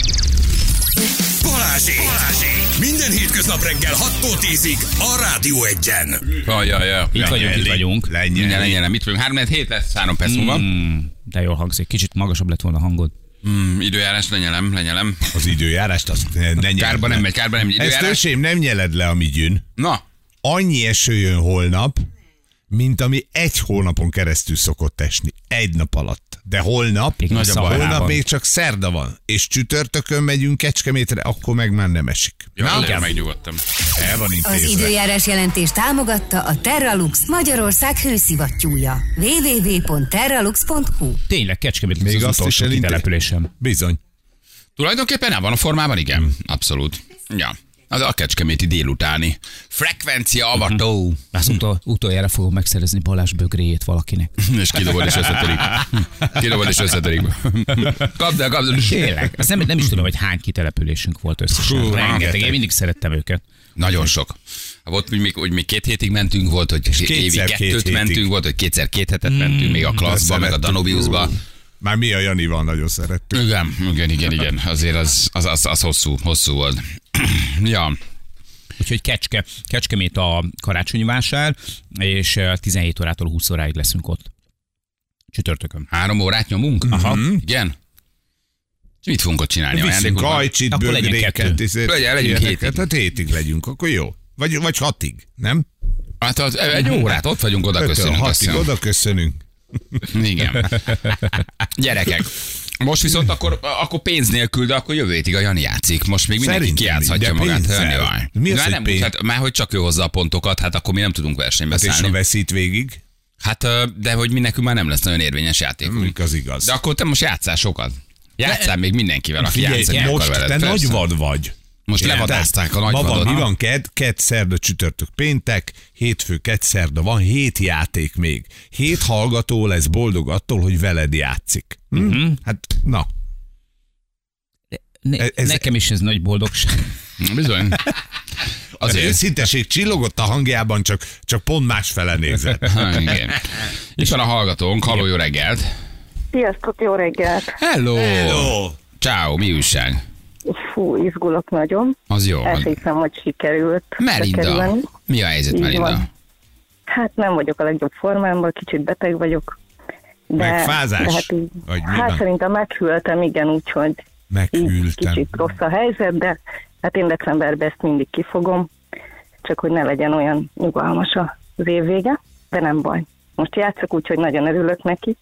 [SPEAKER 1] Balázsék! Balázsék! Minden hétköznap reggel hattól tízig a Rádió Egyen.
[SPEAKER 2] Ajaj, jaj.
[SPEAKER 4] Itt vagyunk, itt vagyunk.
[SPEAKER 3] Lenyelni.
[SPEAKER 2] Minden legyen, mit vagyunk? három hét lesz, három perc múlva.
[SPEAKER 4] Mm, de jól hangzik. Kicsit magasabb lett volna a hangod.
[SPEAKER 2] Mm, időjárás, lenyelem, lenyelem.
[SPEAKER 3] Az időjárást, azt ne, ne nyeld
[SPEAKER 2] Kárba
[SPEAKER 3] le.
[SPEAKER 2] nem megy, kárba nem megy.
[SPEAKER 3] Ezt
[SPEAKER 2] Időjárás.
[SPEAKER 3] ösém, nem nyeled le, ami jön.
[SPEAKER 2] Na,
[SPEAKER 3] Annyi eső jön holnap, mint ami egy hónapon keresztül szokott esni. Egy nap alatt. De holnap,
[SPEAKER 4] Még
[SPEAKER 2] nagy a baj.
[SPEAKER 3] holnap
[SPEAKER 4] Szaharában.
[SPEAKER 3] még csak szerda van. És csütörtökön megyünk Kecskemétre, akkor meg már nem esik.
[SPEAKER 2] ja,
[SPEAKER 3] Na,
[SPEAKER 2] igen, megnyugodtam.
[SPEAKER 3] el van
[SPEAKER 6] Az
[SPEAKER 3] intézve.
[SPEAKER 6] időjárás jelentés támogatta a Terralux Magyarország hőszivattyúja. double-u double-u double-u pont terralux pont hu.
[SPEAKER 4] Tényleg, Kecskemét lesz
[SPEAKER 3] Még
[SPEAKER 4] az
[SPEAKER 3] azt is
[SPEAKER 4] utolsó
[SPEAKER 3] elinté-
[SPEAKER 4] kitelepülésem.
[SPEAKER 3] Bizony.
[SPEAKER 2] Tulajdonképpen abban a formában, igen. Abszolút. Ja. Az a kecskeméti délutáni frekvencia avató.
[SPEAKER 4] Az utol, utoljára fogom megszerezni Balázs bögréjét valakinek.
[SPEAKER 2] És kidobod és összetörik. Kidobod és összetörik. Kapd el, kapd el.
[SPEAKER 4] Tényleg. Azt nem, nem is tudom, hogy hány kitelepülésünk volt összesen.
[SPEAKER 2] Hú,
[SPEAKER 4] Rengeteg.
[SPEAKER 2] rengeteg.
[SPEAKER 4] Én mindig szerettem őket.
[SPEAKER 2] Nagyon sok. Volt, hogy még, hogy még két hétig mentünk, volt, hogy évi
[SPEAKER 3] kétszer
[SPEAKER 2] kettőt
[SPEAKER 3] két hétig.
[SPEAKER 2] mentünk, volt, hogy kétszer két hetet mentünk, még a klasszba, meg a
[SPEAKER 3] Szerettük.
[SPEAKER 2] Danubiusba.
[SPEAKER 3] Már mi a Janival nagyon szerettük.
[SPEAKER 2] Igen, igen, igen, igen. Azért az, az, az, az hosszú, hosszú volt. Ja.
[SPEAKER 4] Úgyhogy Kecske, Kecskemét a karácsonyi vásár, és eh, tizenhét órától húsz óráig leszünk ott. Csütörtökön.
[SPEAKER 2] Három órát nyomunk? Aha. Igen. És mit fogunk ott csinálni?
[SPEAKER 3] Viszünk
[SPEAKER 2] Ajándékot van?
[SPEAKER 3] ajcsit,
[SPEAKER 4] Akkor legyen
[SPEAKER 3] bögréket,
[SPEAKER 4] kettő.
[SPEAKER 3] izé-
[SPEAKER 2] Legyen, legyünk
[SPEAKER 3] ilyeneket.
[SPEAKER 2] hétig.
[SPEAKER 3] Hát hétig legyünk, akkor jó. Vagy, vagy hatig, nem?
[SPEAKER 2] Hát az, egy órát ott vagyunk, oda köszönünk. azt
[SPEAKER 3] Hatig
[SPEAKER 2] hiszem.
[SPEAKER 3] oda köszönünk.
[SPEAKER 2] Igen. Gyerekek. Most viszont akkor, akkor pénz nélkül, de akkor jövő hétig a Jani játszik. Most még mindenki
[SPEAKER 3] Szerintem
[SPEAKER 2] kijátszhatja
[SPEAKER 3] így, de
[SPEAKER 2] magát.
[SPEAKER 3] pénzzel.
[SPEAKER 2] Jani, vaj.
[SPEAKER 3] Mi az,
[SPEAKER 2] Már
[SPEAKER 3] hogy
[SPEAKER 2] nem
[SPEAKER 3] pénz?
[SPEAKER 2] úgy, hát, már hogy csak ő hozza a pontokat, hát akkor mi nem tudunk versenybe
[SPEAKER 3] Hát és ha
[SPEAKER 2] szállni.
[SPEAKER 3] veszít végig?
[SPEAKER 2] Hát, ö, de hogy mi nekünk már nem lesz nagyon érvényes játékunk.
[SPEAKER 3] Az igaz.
[SPEAKER 2] De akkor te most játszál sokat. Játszál még mindenkivel, aki játszani akar
[SPEAKER 3] most
[SPEAKER 2] veled.
[SPEAKER 3] te
[SPEAKER 2] persze.
[SPEAKER 3] nagyvad vagy.
[SPEAKER 2] Most
[SPEAKER 3] Érted?
[SPEAKER 2] levadázták a
[SPEAKER 3] Ma van,
[SPEAKER 2] nagyvadot.
[SPEAKER 3] mi van kedd, kedd, szerda, csütörtök, péntek, hétfő, kedd, szerda, van hét játék még. Hét hallgató lesz boldog attól, hogy veled játszik. Hm?
[SPEAKER 4] Mhm.
[SPEAKER 3] Hát, na.
[SPEAKER 4] Ne,
[SPEAKER 3] Ez-
[SPEAKER 4] nekem is ez nagy boldogság.
[SPEAKER 2] Bizony.
[SPEAKER 3] Az
[SPEAKER 2] Azért.
[SPEAKER 3] őszinteség csillogott a hangjában, csak, csak pont másfele nézett.
[SPEAKER 2] Ha, igen. Itt van a hallgatónk, halló, jó reggelt.
[SPEAKER 7] Sziasztok, jó reggelt!
[SPEAKER 2] Hello.
[SPEAKER 3] Hello.
[SPEAKER 2] Ciao, mi újság?
[SPEAKER 7] Fú, izgulok nagyon.
[SPEAKER 2] Az jó.
[SPEAKER 7] El sem hiszem, hogy sikerült
[SPEAKER 2] Melinda.
[SPEAKER 7] bekerülni.
[SPEAKER 2] Mi a helyzet,
[SPEAKER 7] Így
[SPEAKER 2] Melinda?
[SPEAKER 7] van. Hát nem vagyok a legjobb formámban, kicsit beteg vagyok. De,
[SPEAKER 3] Megfázás?
[SPEAKER 7] De hát, így,
[SPEAKER 3] Vagy mi
[SPEAKER 7] hát
[SPEAKER 3] van?
[SPEAKER 7] szerintem meghűltem, igen, úgyhogy így
[SPEAKER 3] Meghűltem.
[SPEAKER 7] kicsit rossz a helyzet, de hát én decemberben ezt mindig kifogom, csak hogy ne legyen olyan nyugalmas az év vége, de nem baj. Most játszok, úgyhogy nagyon örülök neki.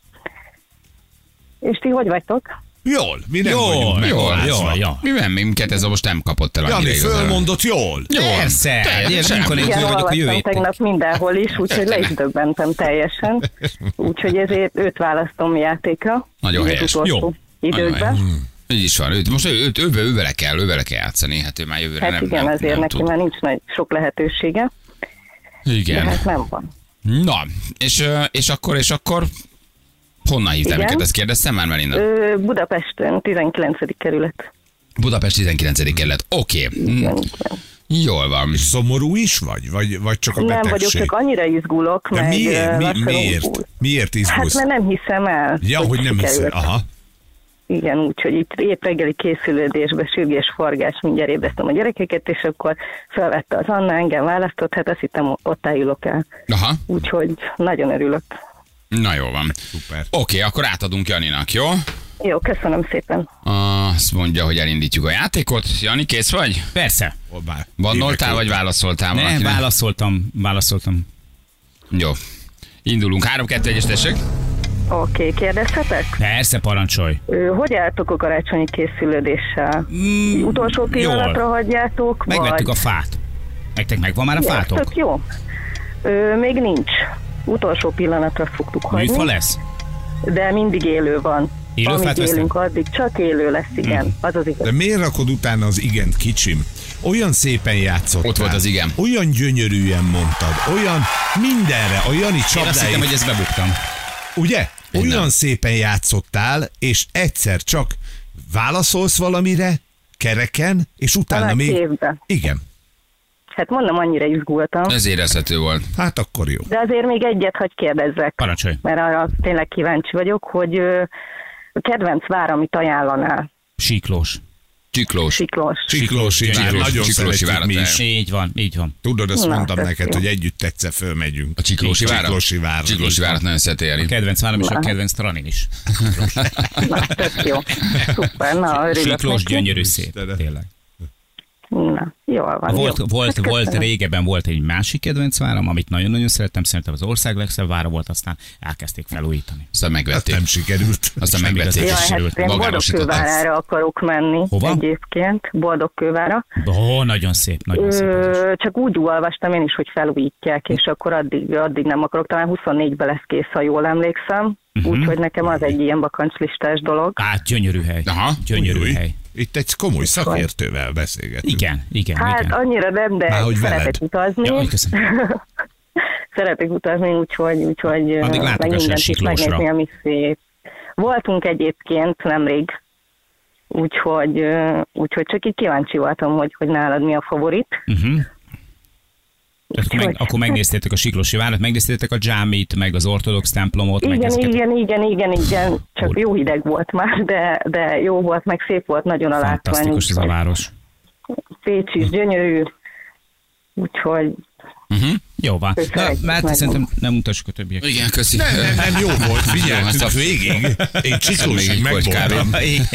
[SPEAKER 7] És ti hogy vagytok?
[SPEAKER 3] Jól, mi nem
[SPEAKER 4] Jól,
[SPEAKER 3] vagyunk
[SPEAKER 4] jól,
[SPEAKER 3] megalázva.
[SPEAKER 4] jól, jól.
[SPEAKER 2] Mi van, minket ez most nem kapott el annyira
[SPEAKER 3] Jani
[SPEAKER 2] igazán.
[SPEAKER 3] fölmondott jól.
[SPEAKER 4] Persze,
[SPEAKER 2] teljesen.
[SPEAKER 4] amikor én
[SPEAKER 7] Igen,
[SPEAKER 4] vagyok a
[SPEAKER 7] olvastam
[SPEAKER 4] jövő
[SPEAKER 7] tegnap mindenhol is, úgyhogy le is döbbentem teljesen. Úgyhogy ezért őt választom játékra.
[SPEAKER 2] Nagyon
[SPEAKER 7] így az
[SPEAKER 2] helyes.
[SPEAKER 7] utolsó
[SPEAKER 4] Jó.
[SPEAKER 7] időkben.
[SPEAKER 2] Így is van. Őt, most ő, őt, ő, ővele kell, ővele kell játszani. Hát ő már jövőre
[SPEAKER 7] Hát
[SPEAKER 2] nem,
[SPEAKER 7] igen,
[SPEAKER 2] nem,
[SPEAKER 7] azért
[SPEAKER 2] nem
[SPEAKER 7] neki
[SPEAKER 2] tud.
[SPEAKER 7] már nincs nagy, sok lehetősége, de
[SPEAKER 2] Igen.
[SPEAKER 7] hát nem van.
[SPEAKER 2] Na, és, ö, és akkor, és akkor honnan hívtál
[SPEAKER 7] Igen.
[SPEAKER 2] minket? Ezt kérdeztem már, Melinda?
[SPEAKER 7] Ö, Budapesten, tizenkilencedik kerület.
[SPEAKER 2] Budapest tizenkilencedik kerület. Oké. Okay.
[SPEAKER 7] Igen, igen.
[SPEAKER 2] Jól van.
[SPEAKER 3] És szomorú is vagy? Vagy, vagy csak a
[SPEAKER 7] Nem
[SPEAKER 3] betegség?
[SPEAKER 7] vagyok, csak annyira izgulok,
[SPEAKER 3] De
[SPEAKER 7] meg
[SPEAKER 3] miért?
[SPEAKER 7] ö,
[SPEAKER 3] Mi,
[SPEAKER 7] lassan
[SPEAKER 3] miért?
[SPEAKER 7] izgul.
[SPEAKER 3] Miért
[SPEAKER 7] Hát
[SPEAKER 3] izgulsz?
[SPEAKER 7] mert nem hiszem el.
[SPEAKER 3] Ja, hogy nem hiszel.
[SPEAKER 7] sikerült.
[SPEAKER 3] Aha.
[SPEAKER 7] Igen, úgyhogy itt épp reggeli készülődésbe, sürgés, forgás, mindjárt ébresztem a gyerekeket, és akkor felvette az Anna, engem választott, hát azt hittem, ott állok el.
[SPEAKER 2] Aha.
[SPEAKER 7] Úgyhogy nagyon örülök.
[SPEAKER 2] Na jó van.
[SPEAKER 3] Szuper.
[SPEAKER 2] Oké, okay, akkor átadunk Janinak, jó?
[SPEAKER 7] Jó, köszönöm szépen.
[SPEAKER 2] Azt mondja, hogy elindítjuk a játékot. Jani, kész vagy?
[SPEAKER 4] Persze.
[SPEAKER 3] Hoppá.
[SPEAKER 2] Bannoltál,
[SPEAKER 3] Évek
[SPEAKER 2] vagy
[SPEAKER 3] óta.
[SPEAKER 2] válaszoltál
[SPEAKER 4] Ne,
[SPEAKER 2] valakinek?
[SPEAKER 4] válaszoltam, válaszoltam.
[SPEAKER 2] Jó. Indulunk. három kettő egyes tessék.
[SPEAKER 7] Oké, okay, kérdezhetek?
[SPEAKER 4] Persze, parancsolj.
[SPEAKER 7] Ö, Hogy álltok a karácsonyi készülődéssel? Mm, Utolsó pillanatra
[SPEAKER 4] jól.
[SPEAKER 7] hagyjátok?
[SPEAKER 4] Megvettük
[SPEAKER 7] vagy...
[SPEAKER 4] a fát. Nektek megvan már a
[SPEAKER 7] Ja,
[SPEAKER 4] fátok?
[SPEAKER 7] tök jó. Ö, még nincs. Utolsó pillanatra fogtuk hagyni.
[SPEAKER 4] Műfa lesz?
[SPEAKER 7] De mindig élő van.
[SPEAKER 4] Élő
[SPEAKER 7] Amíg
[SPEAKER 4] fát vesztek?
[SPEAKER 7] élünk, addig csak élő lesz, igen. Mm. Az az igaz.
[SPEAKER 3] De miért rakod utána az igent, kicsim? Olyan szépen játszottál.
[SPEAKER 2] Ott volt az igen.
[SPEAKER 3] Olyan gyönyörűen mondtad. Olyan mindenre. A Jani
[SPEAKER 4] Én azt hittem,
[SPEAKER 3] csapdáit.
[SPEAKER 4] hogy ezt bebuktam.
[SPEAKER 3] Ugye?
[SPEAKER 2] Én
[SPEAKER 3] Olyan
[SPEAKER 2] nem.
[SPEAKER 3] szépen játszottál, és egyszer csak válaszolsz valamire, kereken, és utána
[SPEAKER 7] Talán
[SPEAKER 3] még...
[SPEAKER 7] képbe.
[SPEAKER 3] Igen.
[SPEAKER 7] Hát mondom, annyira izgultam.
[SPEAKER 2] Ez érezhető volt.
[SPEAKER 3] Hát akkor jó.
[SPEAKER 7] De azért még egyet hagy kérdezzek.
[SPEAKER 4] Parancsolj.
[SPEAKER 7] Mert arra tényleg kíváncsi vagyok, hogy ö, a kedvenc vár, amit ajánlanál.
[SPEAKER 4] Síklós.
[SPEAKER 2] Csiklós.
[SPEAKER 7] Siklós.
[SPEAKER 3] Siklósi vár,
[SPEAKER 2] Csiklós-
[SPEAKER 3] nagyon
[SPEAKER 2] Csiklósi
[SPEAKER 3] szeretjük mi
[SPEAKER 2] várat
[SPEAKER 3] is.
[SPEAKER 4] Így van, így van.
[SPEAKER 3] Tudod, azt
[SPEAKER 7] Na,
[SPEAKER 3] mondtam
[SPEAKER 7] tök
[SPEAKER 3] neked,
[SPEAKER 7] jó.
[SPEAKER 3] hogy együtt egyszer fölmegyünk.
[SPEAKER 2] A Csiklósi várat?
[SPEAKER 3] Csiklósi várra.
[SPEAKER 2] Csiklósi várat nagyon szereti Jani.
[SPEAKER 4] Kedvenc várom és a kedvenc tranin is.
[SPEAKER 7] Na, tök jó. Szuper, na, örülök
[SPEAKER 4] Siklós,
[SPEAKER 7] neki.
[SPEAKER 4] gyönyörű szép.
[SPEAKER 3] Istenem.
[SPEAKER 4] Tényleg.
[SPEAKER 7] Na, jól van.
[SPEAKER 4] Volt,
[SPEAKER 7] jó.
[SPEAKER 4] volt,
[SPEAKER 7] Hát
[SPEAKER 4] volt
[SPEAKER 7] köszönöm.
[SPEAKER 4] régebben volt egy másik kedvenc váram, amit nagyon-nagyon szerettem, szerintem az ország legszebb vára volt, aztán elkezdték felújítani.
[SPEAKER 2] Aztán
[SPEAKER 3] Ez
[SPEAKER 2] megvették.
[SPEAKER 3] nem sikerült.
[SPEAKER 2] Aztán
[SPEAKER 4] Semmi
[SPEAKER 2] megvették.
[SPEAKER 4] igazán.
[SPEAKER 7] Jaj,
[SPEAKER 2] és
[SPEAKER 7] hát én
[SPEAKER 2] magárosították.
[SPEAKER 7] Boldogkővárára akarok menni
[SPEAKER 4] Hova?
[SPEAKER 7] egyébként, Boldogkővára.
[SPEAKER 4] Ó, nagyon szép, nagyon szép.
[SPEAKER 7] Ö, csak úgy olvastam én is, hogy felújítják, és akkor addig, addig nem akarok, talán huszonnégyben lesz kész, ha jól emlékszem.
[SPEAKER 4] Mhm.
[SPEAKER 7] Úgyhogy nekem az egy ilyen bakancslistás dolog.
[SPEAKER 4] Hát gyönyörű hely.
[SPEAKER 2] Aha.
[SPEAKER 4] Gyönyörű
[SPEAKER 3] Új, új.
[SPEAKER 4] hely.
[SPEAKER 3] Itt egy komoly szakértővel beszélgetünk.
[SPEAKER 4] Igen, igen,
[SPEAKER 7] Hát
[SPEAKER 4] igen.
[SPEAKER 7] annyira nem, de
[SPEAKER 3] Már hogy
[SPEAKER 7] szeretek
[SPEAKER 3] veled.
[SPEAKER 7] utazni.
[SPEAKER 4] Ja, köszönöm.
[SPEAKER 7] Szeretek utazni, úgyhogy, úgyhogy ö,
[SPEAKER 4] Addig
[SPEAKER 7] meg
[SPEAKER 4] látogass el
[SPEAKER 7] mindent is
[SPEAKER 4] Siklósra.
[SPEAKER 7] megnézni, ami szép. Voltunk egyébként nemrég, úgyhogy, ö, úgyhogy csak így kíváncsi voltam, hogy, hogy nálad mi a favorit.
[SPEAKER 4] Uh-huh. Tehát akkor, meg,
[SPEAKER 7] Úgyhogy-
[SPEAKER 4] akkor megnéztétek a Siklósi várat, megnéztétek a dzsámit, meg az ortodox templomot, meg
[SPEAKER 7] Igen,
[SPEAKER 4] ezeket.
[SPEAKER 7] igen, igen, igen, igen, csak
[SPEAKER 4] Úr.
[SPEAKER 7] jó hideg volt már, de, de jó volt, meg szép volt nagyon a látvány.
[SPEAKER 4] Fantasztikus ez a
[SPEAKER 7] úgyhogy
[SPEAKER 4] város.
[SPEAKER 7] Pécs is gyönyörű, úgyhogy
[SPEAKER 2] Uh-huh.
[SPEAKER 4] Jó van.
[SPEAKER 7] Köszönjük,
[SPEAKER 4] Na, mert
[SPEAKER 7] megvan.
[SPEAKER 4] szerintem nem mutassuk a többiek.
[SPEAKER 2] Igen, köszi.
[SPEAKER 3] Nem, nem, nem, jó volt,
[SPEAKER 2] Jó,
[SPEAKER 3] figyeltünk
[SPEAKER 2] azt-
[SPEAKER 3] végig. Én
[SPEAKER 2] még
[SPEAKER 3] Csiklósig
[SPEAKER 2] egy korty
[SPEAKER 3] megvoltam.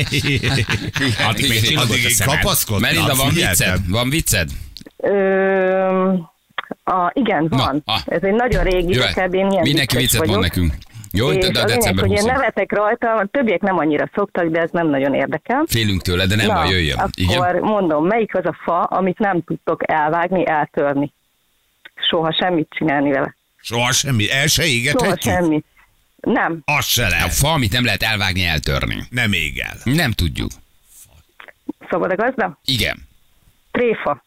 [SPEAKER 4] Addig még csillogott
[SPEAKER 3] Addig
[SPEAKER 4] a
[SPEAKER 3] én
[SPEAKER 4] szemed.
[SPEAKER 3] kapaszkodtam.
[SPEAKER 2] Melinda, van
[SPEAKER 3] figyeltem.
[SPEAKER 2] vicced? Van vicced?
[SPEAKER 7] Ö, a, igen, van.
[SPEAKER 2] Na, ah.
[SPEAKER 7] Ez egy nagyon régi,
[SPEAKER 2] Jöhet.
[SPEAKER 7] de kb. Én ilyen
[SPEAKER 2] Mindenki
[SPEAKER 7] vicces
[SPEAKER 2] viccet
[SPEAKER 7] vagyok.
[SPEAKER 2] mond nekünk. Jó,
[SPEAKER 7] És
[SPEAKER 2] de
[SPEAKER 7] a
[SPEAKER 2] de
[SPEAKER 7] lényeg,
[SPEAKER 2] december
[SPEAKER 7] hogy én
[SPEAKER 2] huszadika.
[SPEAKER 7] nevetek rajta, a többiek nem annyira szoktak, de ez nem nagyon érdekel.
[SPEAKER 2] Félünk tőle, de nem
[SPEAKER 7] Na,
[SPEAKER 2] baj, jöjjön.
[SPEAKER 7] akkor
[SPEAKER 2] Igen?
[SPEAKER 7] mondom, melyik az a fa, amit nem tudtok elvágni, eltörni? Soha semmit csinálni vele.
[SPEAKER 3] Soha semmi, el se
[SPEAKER 7] Soha
[SPEAKER 3] égethetjük?
[SPEAKER 7] semmi. Nem.
[SPEAKER 3] Az se
[SPEAKER 2] A
[SPEAKER 3] lehet.
[SPEAKER 2] fa, amit nem lehet elvágni, eltörni.
[SPEAKER 3] Nem ég el.
[SPEAKER 2] Nem tudjuk.
[SPEAKER 7] Szabad a gazda?
[SPEAKER 2] Igen.
[SPEAKER 7] Tréfa.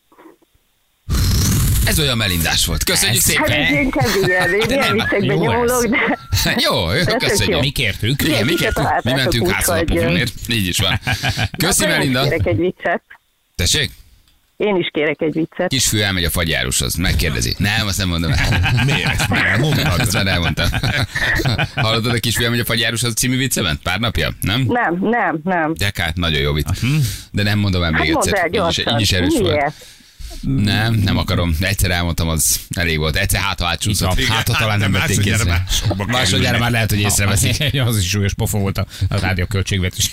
[SPEAKER 2] Ez olyan melindás volt. Köszönjük
[SPEAKER 4] Ez-
[SPEAKER 7] Hát ez
[SPEAKER 2] szépen.
[SPEAKER 7] inkább ilyen, én ilyen viccekben
[SPEAKER 4] jó
[SPEAKER 7] nyomulok,
[SPEAKER 4] ez.
[SPEAKER 7] de
[SPEAKER 2] Jó, jó,
[SPEAKER 7] tök
[SPEAKER 2] köszönjük.
[SPEAKER 7] jó.
[SPEAKER 4] Mi kértünk?
[SPEAKER 2] Igen, mi,
[SPEAKER 7] Kicsit
[SPEAKER 2] kértünk, mi
[SPEAKER 7] találtátok
[SPEAKER 2] mentünk
[SPEAKER 7] úgy,
[SPEAKER 2] házalapokért. Így is van. Köszi,
[SPEAKER 7] Akkor én is
[SPEAKER 2] Melinda.
[SPEAKER 7] kérek egy viccet.
[SPEAKER 2] Tessék?
[SPEAKER 7] Én is kérek egy viccet.
[SPEAKER 2] Kisfiú elmegy a fagyárushoz, megkérdezi. Nem, azt nem mondom el.
[SPEAKER 3] Miért? Ezt már elmondtad?
[SPEAKER 2] Azt már elmondtam. Hallottad a Kisfiú elmegy a fagyárushoz című viccemet? Pár napja? Nem?
[SPEAKER 7] Nem, nem, nem.
[SPEAKER 2] De hát, nagyon jó vicc. De nem mondom el
[SPEAKER 7] Hát
[SPEAKER 2] még
[SPEAKER 7] mondd el
[SPEAKER 2] egyszer. Így is,
[SPEAKER 7] gyorsan.
[SPEAKER 2] így is erős volt.
[SPEAKER 7] Miért?
[SPEAKER 2] Nem, nem akarom. Egyszer elmondtam, az elég volt. Egyszer hát, ha átsúszott.
[SPEAKER 3] Igen,
[SPEAKER 2] Hát, ha talán nem
[SPEAKER 3] de
[SPEAKER 2] vették
[SPEAKER 3] másodjára
[SPEAKER 2] észre.
[SPEAKER 3] másokba
[SPEAKER 2] Másodjára
[SPEAKER 3] kerülnek.
[SPEAKER 2] már lehet, hogy észreveszik.
[SPEAKER 4] Az is súlyos pofa volt a, a rádió költségvetés.